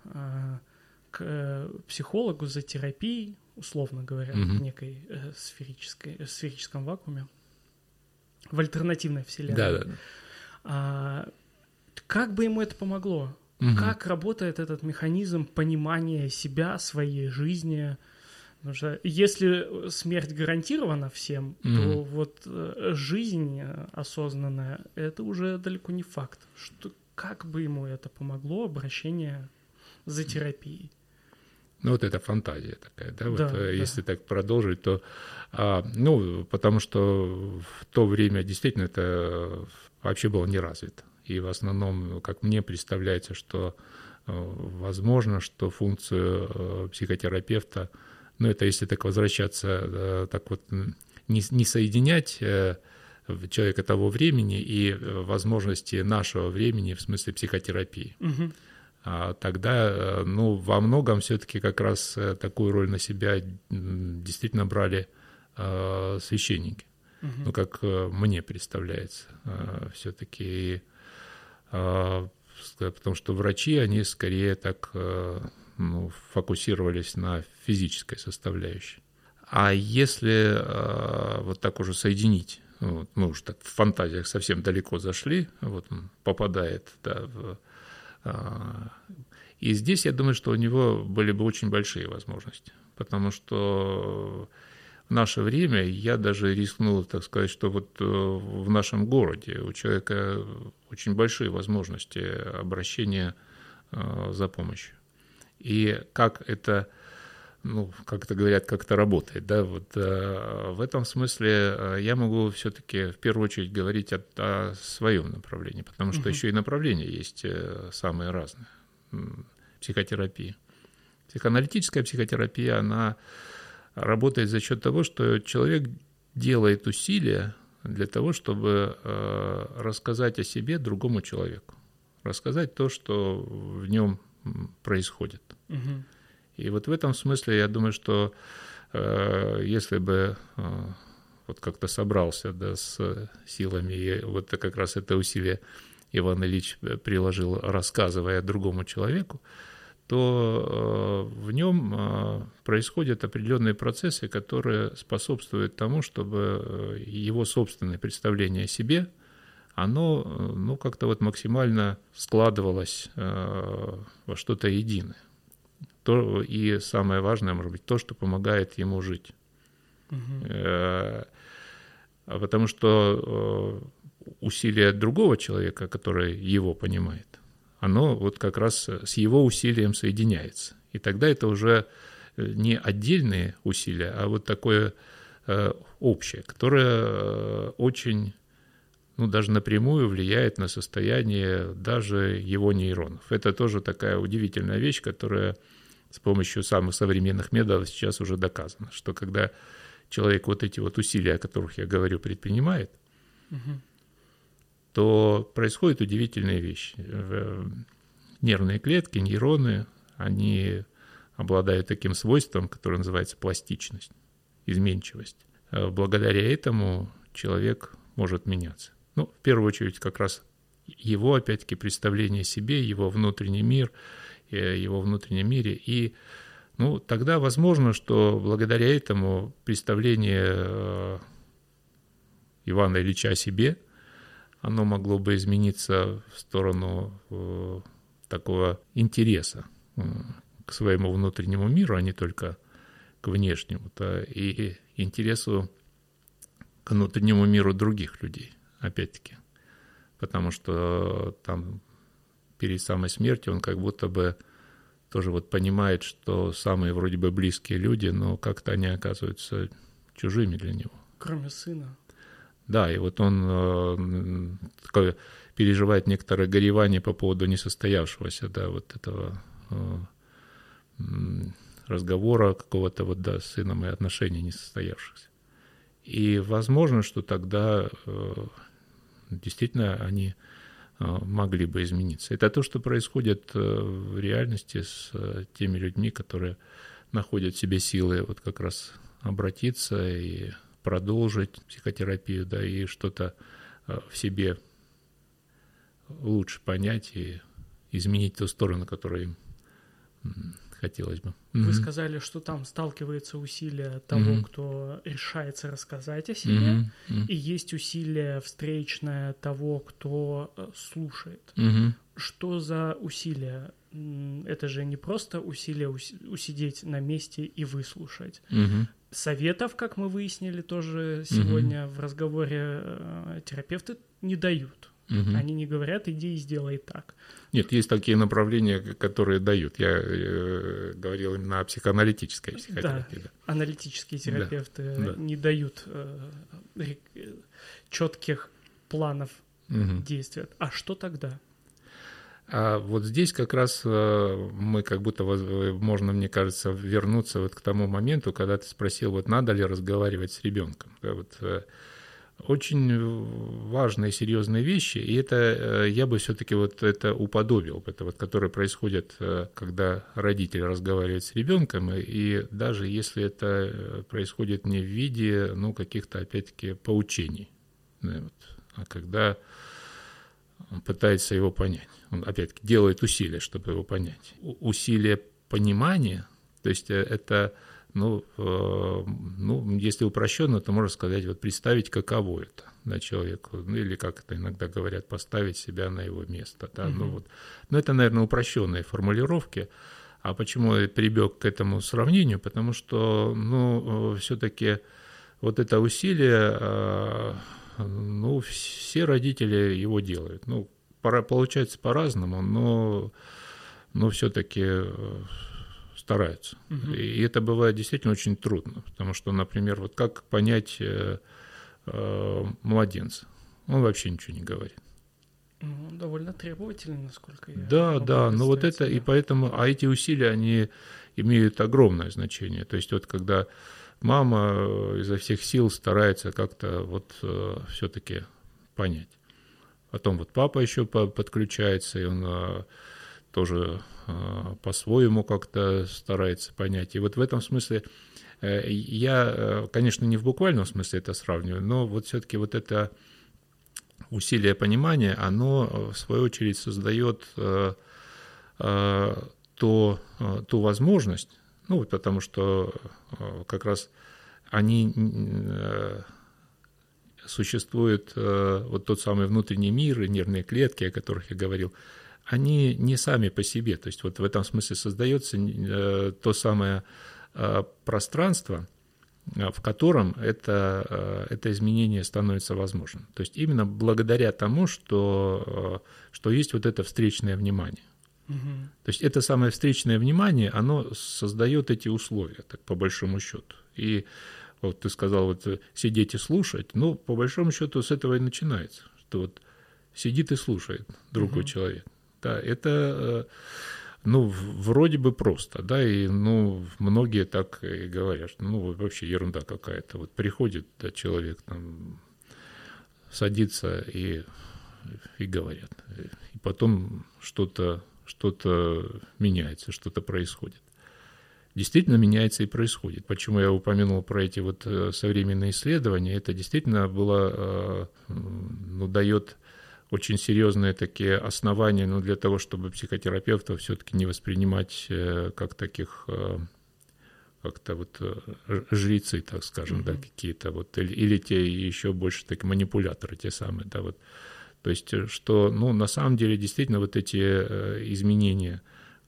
к психологу за терапией, условно говоря, mm-hmm. в некой э, сферической, э, сферическом вакууме, в альтернативной вселенной. Да, да, да. А, как бы ему это помогло? Mm-hmm. Как работает этот механизм понимания себя, своей жизни? Потому что если смерть гарантирована всем, mm-hmm. то вот э, жизнь осознанная — это уже далеко не факт. Что, как бы ему это помогло, обращение за терапией? Ну, вот это фантазия такая, да, вот, да, да. Если так продолжить, то, а, ну, потому что в то время действительно это вообще было не развито. И в основном, как мне представляется, что возможно, что функцию психотерапевта, ну, это если так возвращаться, так вот, не, не соединять человека того времени и возможности нашего времени в смысле психотерапии. Угу. Тогда, ну, во многом все-таки как раз такую роль на себя действительно брали э, священники, угу. ну, как мне представляется, э, все-таки, э, потому что врачи, они скорее так э, ну, фокусировались на физической составляющей. А если э, вот так уже соединить, вот, мы уже так в фантазиях совсем далеко зашли, вот он попадает, да, в... И здесь, я думаю, что у него были бы очень большие возможности, потому что в наше время я даже рискнул, так сказать, что вот в нашем городе у человека очень большие возможности обращения за помощью. И как это, ну, как это говорят, как это работает, да, вот в этом смысле я могу все-таки в первую очередь говорить о, о своем направлении, потому что угу. еще и направления есть самые разные. Психотерапия. Психоаналитическая психотерапия, она работает за счет того, что человек делает усилия для того, чтобы рассказать о себе другому человеку, рассказать то, что в нем происходит. Угу. И вот в этом смысле я думаю, что э, если бы э, вот как-то собрался, да, с силами, и вот как раз это усилие Иван Ильич приложил, рассказывая другому человеку, то э, в нем э, происходят определенные процессы, которые способствуют тому, чтобы его собственное представление о себе, оно, ну, как-то вот максимально складывалось э, во что-то единое. То, и самое важное, может быть, то, что помогает ему жить. Угу. Э, потому что э, усилие другого человека, который его понимает, оно вот как раз с его усилием соединяется. И тогда это уже не отдельные усилия, а вот такое э, общее, которое э, очень, ну, даже напрямую влияет на состояние даже его нейронов. Это тоже такая удивительная вещь, которая с помощью самых современных методов сейчас уже доказано, что когда человек вот эти вот усилия, о которых я говорю, предпринимает, угу. то происходят удивительные вещи. Нервные клетки, нейроны, они обладают таким свойством, которое называется пластичность, изменчивость. Благодаря этому человек может меняться. Ну, в первую очередь, как раз его, опять-таки, представление о себе, его внутренний мир, его внутреннем мире. И, ну, тогда возможно, что благодаря этому представление Ивана Ильича о себе, оно могло бы измениться в сторону э, такого интереса э, к своему внутреннему миру, а не только к внешнему-то и интересу к внутреннему миру других людей, опять-таки. Потому что там перед самой смертью он как будто бы тоже вот понимает, что самые вроде бы близкие люди, но как-то они оказываются чужими для него. Кроме сына. Да, и вот он э, такое, переживает некоторое горевание по поводу несостоявшегося, да, вот этого э, разговора какого-то вот, да, с сыном и отношений несостоявшихся. И возможно, что тогда э, действительно они э, могли бы измениться. Это то, что происходит э, в реальности с э, теми людьми, которые находят в себе силы вот как раз обратиться и продолжить психотерапию, да, и что-то э, в себе лучше понять и изменить ту сторону, которую им м, хотелось бы. Вы Mm-hmm. сказали, что там сталкивается усилие того, mm-hmm. кто решается рассказать о себе, mm-hmm. Mm-hmm. и есть усилие встречное того, кто э, слушает. Mm-hmm. Что за усилие? Это же не просто усилие ус- усидеть на месте и выслушать. Mm-hmm. Советов, как мы выяснили тоже сегодня mm-hmm. в разговоре, э, терапевты не дают. Угу. Они не говорят, иди и сделай так. Нет, есть такие направления, которые дают. Я э, говорил именно о психоаналитической психотерапии. Да, да. Аналитические терапевты да, не да. дают э, четких планов угу. действия. А что тогда? А вот здесь как раз мы как будто, можно, мне кажется, вернуться вот к тому моменту, когда ты спросил, вот надо ли разговаривать с ребенком. Да, вот, очень важные и серьезные вещи, и это я бы все-таки вот это уподобил, это вот, которое происходит, когда родители разговаривают с ребенком, и даже если это происходит не в виде, ну, каких-то, опять-таки, поучений, да, вот, а когда он пытается его понять, он, опять-таки, делает усилия, чтобы его понять. Усилие понимания, то есть это... Ну, э, ну, если упрощенно, то можно сказать, вот представить, каково это, да, человеку, ну, или, как это иногда говорят, поставить себя на его место, да, mm-hmm. ну, вот. Но это, наверное, упрощенные формулировки. А почему я прибег к этому сравнению? Потому что, ну, все-таки вот это усилие, э, ну, все родители его делают. Ну, пора, получается по-разному, но, но все-таки... стараются. Uh-huh. И это бывает действительно очень трудно, потому что, например, вот как понять э, э, младенца? Он вообще ничего не говорит. Ну, довольно требовательный, насколько я Да, да, но вот это, и поэтому, а эти усилия, они имеют огромное значение. То есть вот когда мама изо всех сил старается как-то вот э, все-таки понять. Потом вот папа еще подключается, и он э, тоже по-своему как-то старается понять. И вот в этом смысле я, конечно, не в буквальном смысле это сравниваю, но вот все-таки вот это усилие понимания, оно в свою очередь создает то, ту возможность, ну, потому что как раз они существуют, вот тот самый внутренний мир и нервные клетки, о которых я говорил, они не сами по себе, то есть вот в этом смысле создается э, то самое э, пространство, э, в котором это, э, это изменение становится возможным. То есть именно благодаря тому, что, э, что есть вот это встречное внимание. Угу. То есть это самое встречное внимание, оно создает эти условия, так, по большому счету. И вот ты сказал, вот сидеть и слушать, ну, по большому счету с этого и начинается, что вот сидит и слушает другой угу. человек. Да, это, ну, вроде бы просто, да, и, ну, многие так и говорят, что, ну, вообще ерунда какая-то. Вот приходит, да, человек там садится и, и говорят, и потом что-то, что-то меняется, что-то происходит. Действительно меняется и происходит. Почему я упомянул про эти вот современные исследования? Это действительно было, ну, дает очень серьезные такие основания, ну, для того, чтобы психотерапевтов все-таки не воспринимать как таких, как-то вот жрецы, так скажем, mm-hmm. да, какие-то вот, или, или те еще больше такие манипуляторы, те самые, да, вот. То есть, что, ну, на самом деле, действительно, вот эти изменения,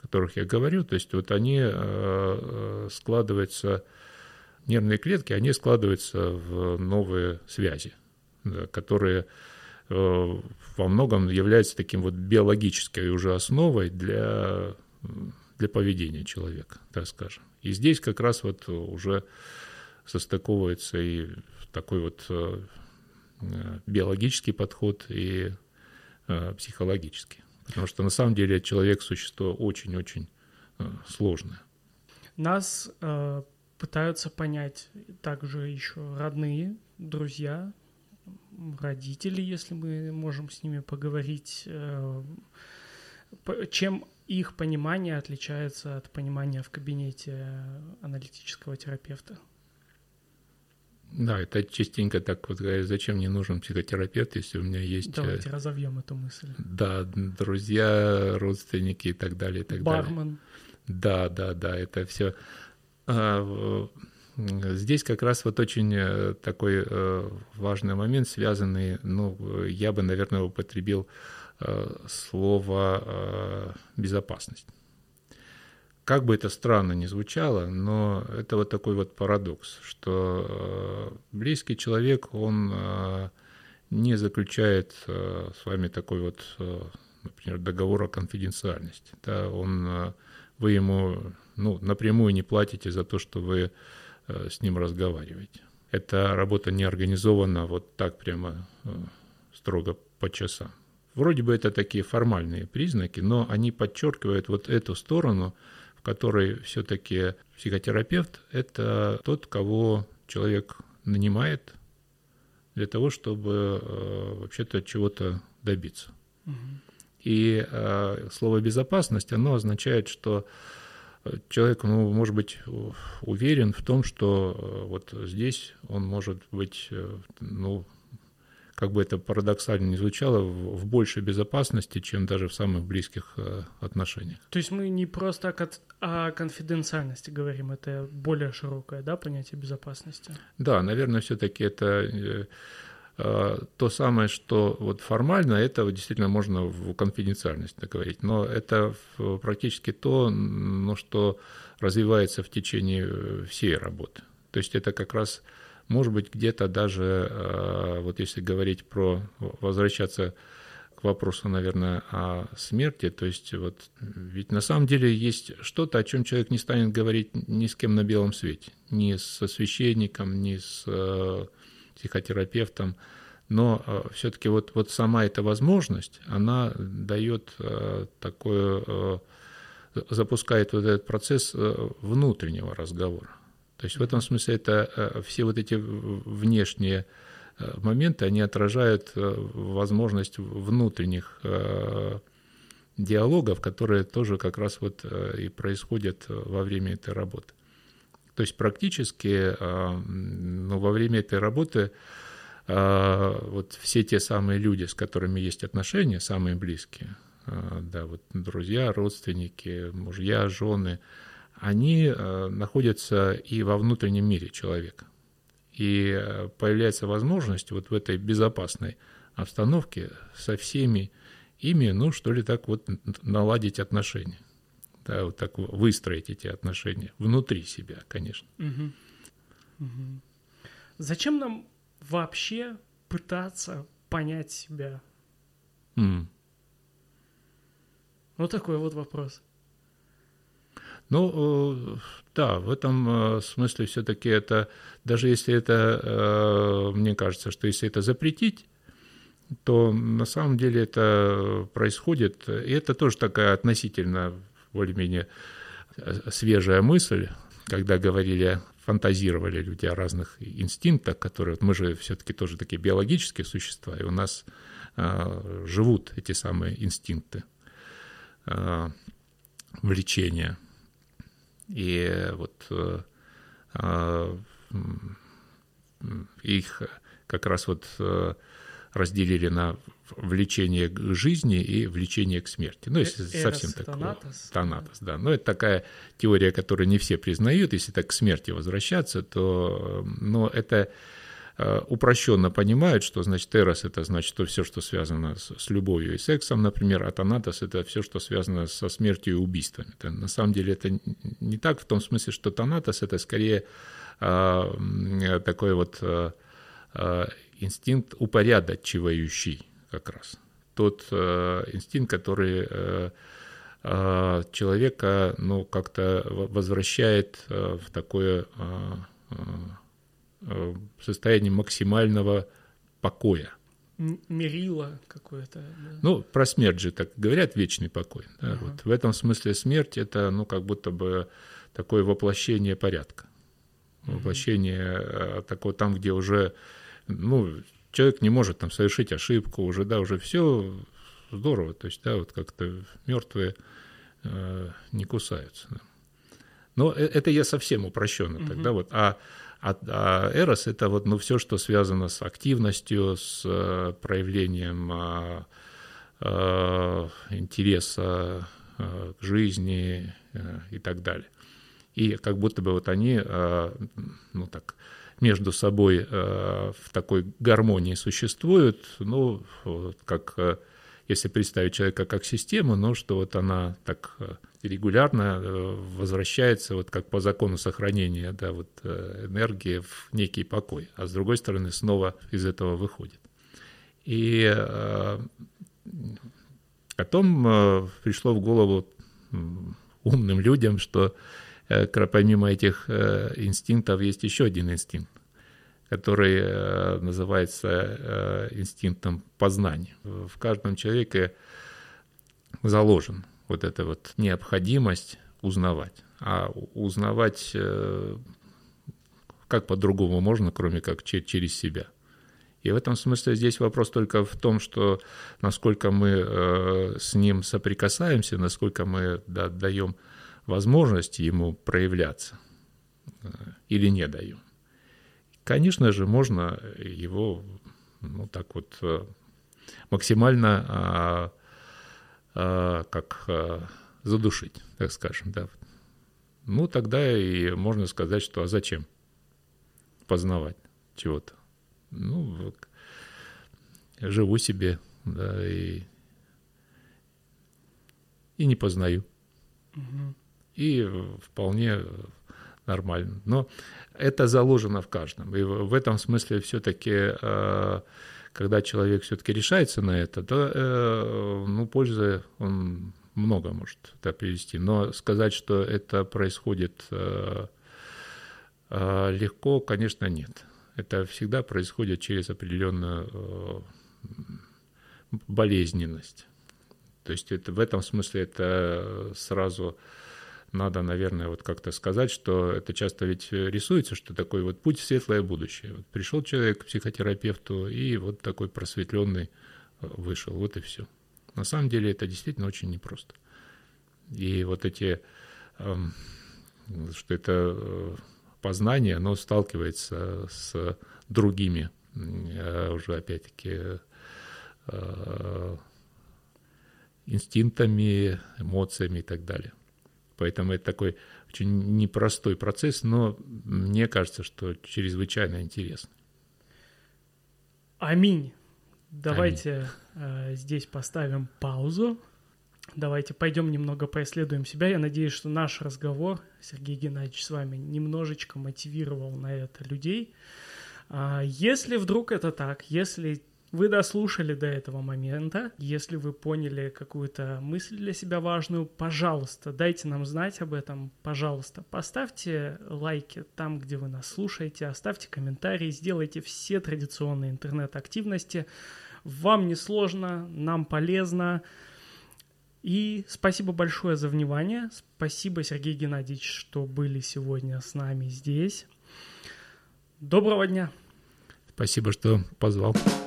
которых я говорю, то есть вот они складываются, нервные клетки, они складываются в новые связи, да, которые во многом являются таким вот биологической уже основой для, для поведения человека, так скажем. И здесь как раз вот уже состыковывается и такой вот биологический подход и психологический. Потому что на самом деле человек – существо очень-очень сложное. Нас э, пытаются понять также еще родные, друзья, родители, если мы можем с ними поговорить, э, чем их понимание отличается от понимания в кабинете аналитического терапевта. Да, это частенько так вот говорят, зачем мне нужен психотерапевт, если у меня есть... Давайте разовьем эту мысль. Да, друзья, родственники и так далее, и так Бармен. далее. Бармен. Да, да, да, это все. Здесь как раз вот очень такой важный момент, связанный, ну, я бы, наверное, употребил слово «безопасность». Как бы это странно ни звучало, но это вот такой вот парадокс, что близкий человек, он не заключает с вами такой вот, например, договор о конфиденциальности. Да, он, вы ему, ну, напрямую не платите за то, что вы с ним разговариваете. Эта работа не организована вот так прямо строго по часам. Вроде бы это такие формальные признаки, но они подчеркивают вот эту сторону, в которой все-таки психотерапевт – это тот, кого человек нанимает для того, чтобы э, вообще-то чего-то добиться. Угу. И э, слово «безопасность», оно означает, что человек, ну, может быть уверен в том, что э, вот здесь он может быть, э, ну, как бы это парадоксально ни звучало, в большей безопасности, чем даже в самых близких отношениях. То есть мы не просто о конфиденциальности говорим, это более широкое, да, понятие безопасности? Да, наверное, все-таки это то самое, что вот формально, это действительно можно в конфиденциальности говорить, но это практически то, ну, что развивается в течение всей работы. То есть это как раз... Может быть, где-то даже, вот если говорить про, возвращаться к вопросу, наверное, о смерти, то есть вот, ведь на самом деле есть что-то, о чем человек не станет говорить ни с кем на белом свете, ни со священником, ни с психотерапевтом, но все-таки вот, вот сама эта возможность, она дает такое, запускает вот этот процесс внутреннего разговора. То есть в этом смысле это все вот эти внешние моменты, они отражают возможность внутренних диалогов, которые тоже как раз вот и происходят во время этой работы. То есть практически, ну, во время этой работы вот все те самые люди, с которыми есть отношения, самые близкие, да, вот друзья, родственники, мужья, жены, они находятся и во внутреннем мире человека. И появляется возможность вот в этой безопасной обстановке со всеми ими, ну, что ли, так вот наладить отношения. Да, вот так выстроить эти отношения внутри себя, конечно. Угу. Угу. Зачем нам вообще пытаться понять себя? Mm. Вот такой вот вопрос. Ну, да, в этом смысле все-таки это, даже если это, мне кажется, что если это запретить, то на самом деле это происходит, и это тоже такая относительно более-менее свежая мысль, когда говорили, фантазировали люди о разных инстинктах, которые, вот мы же все-таки тоже такие биологические существа, и у нас а, живут эти самые инстинкты а, влечения. И вот а, их как раз вот разделили на влечение к жизни и влечение к смерти. Ну, если Эрос, совсем такое. Танатос, да. Но это такая теория, которую не все признают. Если так к смерти возвращаться, то, но это упрощенно понимают, что значит эрос — это значит все, что связано с, с любовью и сексом, например, а танатос — это все, что связано со смертью и убийством. Это, на самом деле это не так, в том смысле, что танатос — это скорее а, такой вот а, а, инстинкт упорядочивающий как раз. Тот а, инстинкт, который а, а, человека ну, как-то возвращает а, в такое а, а, состояние максимального покоя. Мерило какое-то. Да. Ну, про смерть же так говорят, вечный покой. Да, uh-huh. вот. В этом смысле смерть — это ну, как будто бы такое воплощение порядка. Uh-huh. Воплощение такого там, где уже ну, человек не может там совершить ошибку, уже, да, уже все здорово. То есть, да, вот как-то мертвые э, не кусаются. Да. Но это я совсем упрощенно uh-huh. тогда вот. А А, а эрос — это вот, ну, все, что связано с активностью, с э, проявлением э, э, интереса э, к жизни э, и так далее. И как будто бы вот они, э, ну, так, между собой э, в такой гармонии существуют, ну, вот как, э, если представить человека как систему, ну, что вот она так регулярно возвращается вот как по закону сохранения, да, вот энергии в некий покой, а с другой стороны снова из этого выходит. И э, потом э, пришло в голову умным людям, что э, помимо этих э, инстинктов есть еще один инстинкт, который э, называется э, инстинктом познания. В каждом человеке заложен вот эта вот необходимость узнавать. А узнавать э, как по-другому можно, кроме как через себя. И в этом смысле здесь вопрос только в том, что насколько мы э, с ним соприкасаемся, насколько мы да, даем возможность ему проявляться э, или не даем. Конечно же, можно его ну, так вот э, максимально э, э, как э, задушить, так скажем, да. Ну, тогда и можно сказать, что а зачем познавать чего-то? Ну, живу себе, да, и, и не познаю. Угу. И вполне нормально. Но это заложено в каждом. И в этом смысле все-таки, когда человек все-таки решается на это, то ну, пользы он много может это привести. Но сказать, что это происходит легко, конечно, нет. Это всегда происходит через определенную болезненность. То есть это, в этом смысле это сразу надо, наверное, вот как-то сказать, что это часто ведь рисуется, что такой вот путь в светлое будущее. Вот пришел человек к психотерапевту и вот такой просветленный вышел, вот и все. На самом деле это действительно очень непросто. И вот эти, что это познание, оно сталкивается с другими, уже опять-таки, инстинктами, эмоциями и так далее. Поэтому это такой очень непростой процесс, но мне кажется, что чрезвычайно интересный. Аминь. Давайте Аминь. Здесь поставим паузу. Давайте пойдем немного поисследуем себя. Я надеюсь, что наш разговор, Сергей Геннадьевич, с вами немножечко мотивировал на это людей. Если вдруг это так, если вы дослушали до этого момента, если вы поняли какую-то мысль для себя важную, пожалуйста, дайте нам знать об этом, пожалуйста. Поставьте лайки там, где вы нас слушаете, оставьте комментарии, сделайте все традиционные интернет-активности. Вам не сложно, нам полезно. И спасибо большое за внимание. Спасибо, Сергей Геннадьевич, что были сегодня с нами здесь. Доброго дня. Спасибо, что позвал.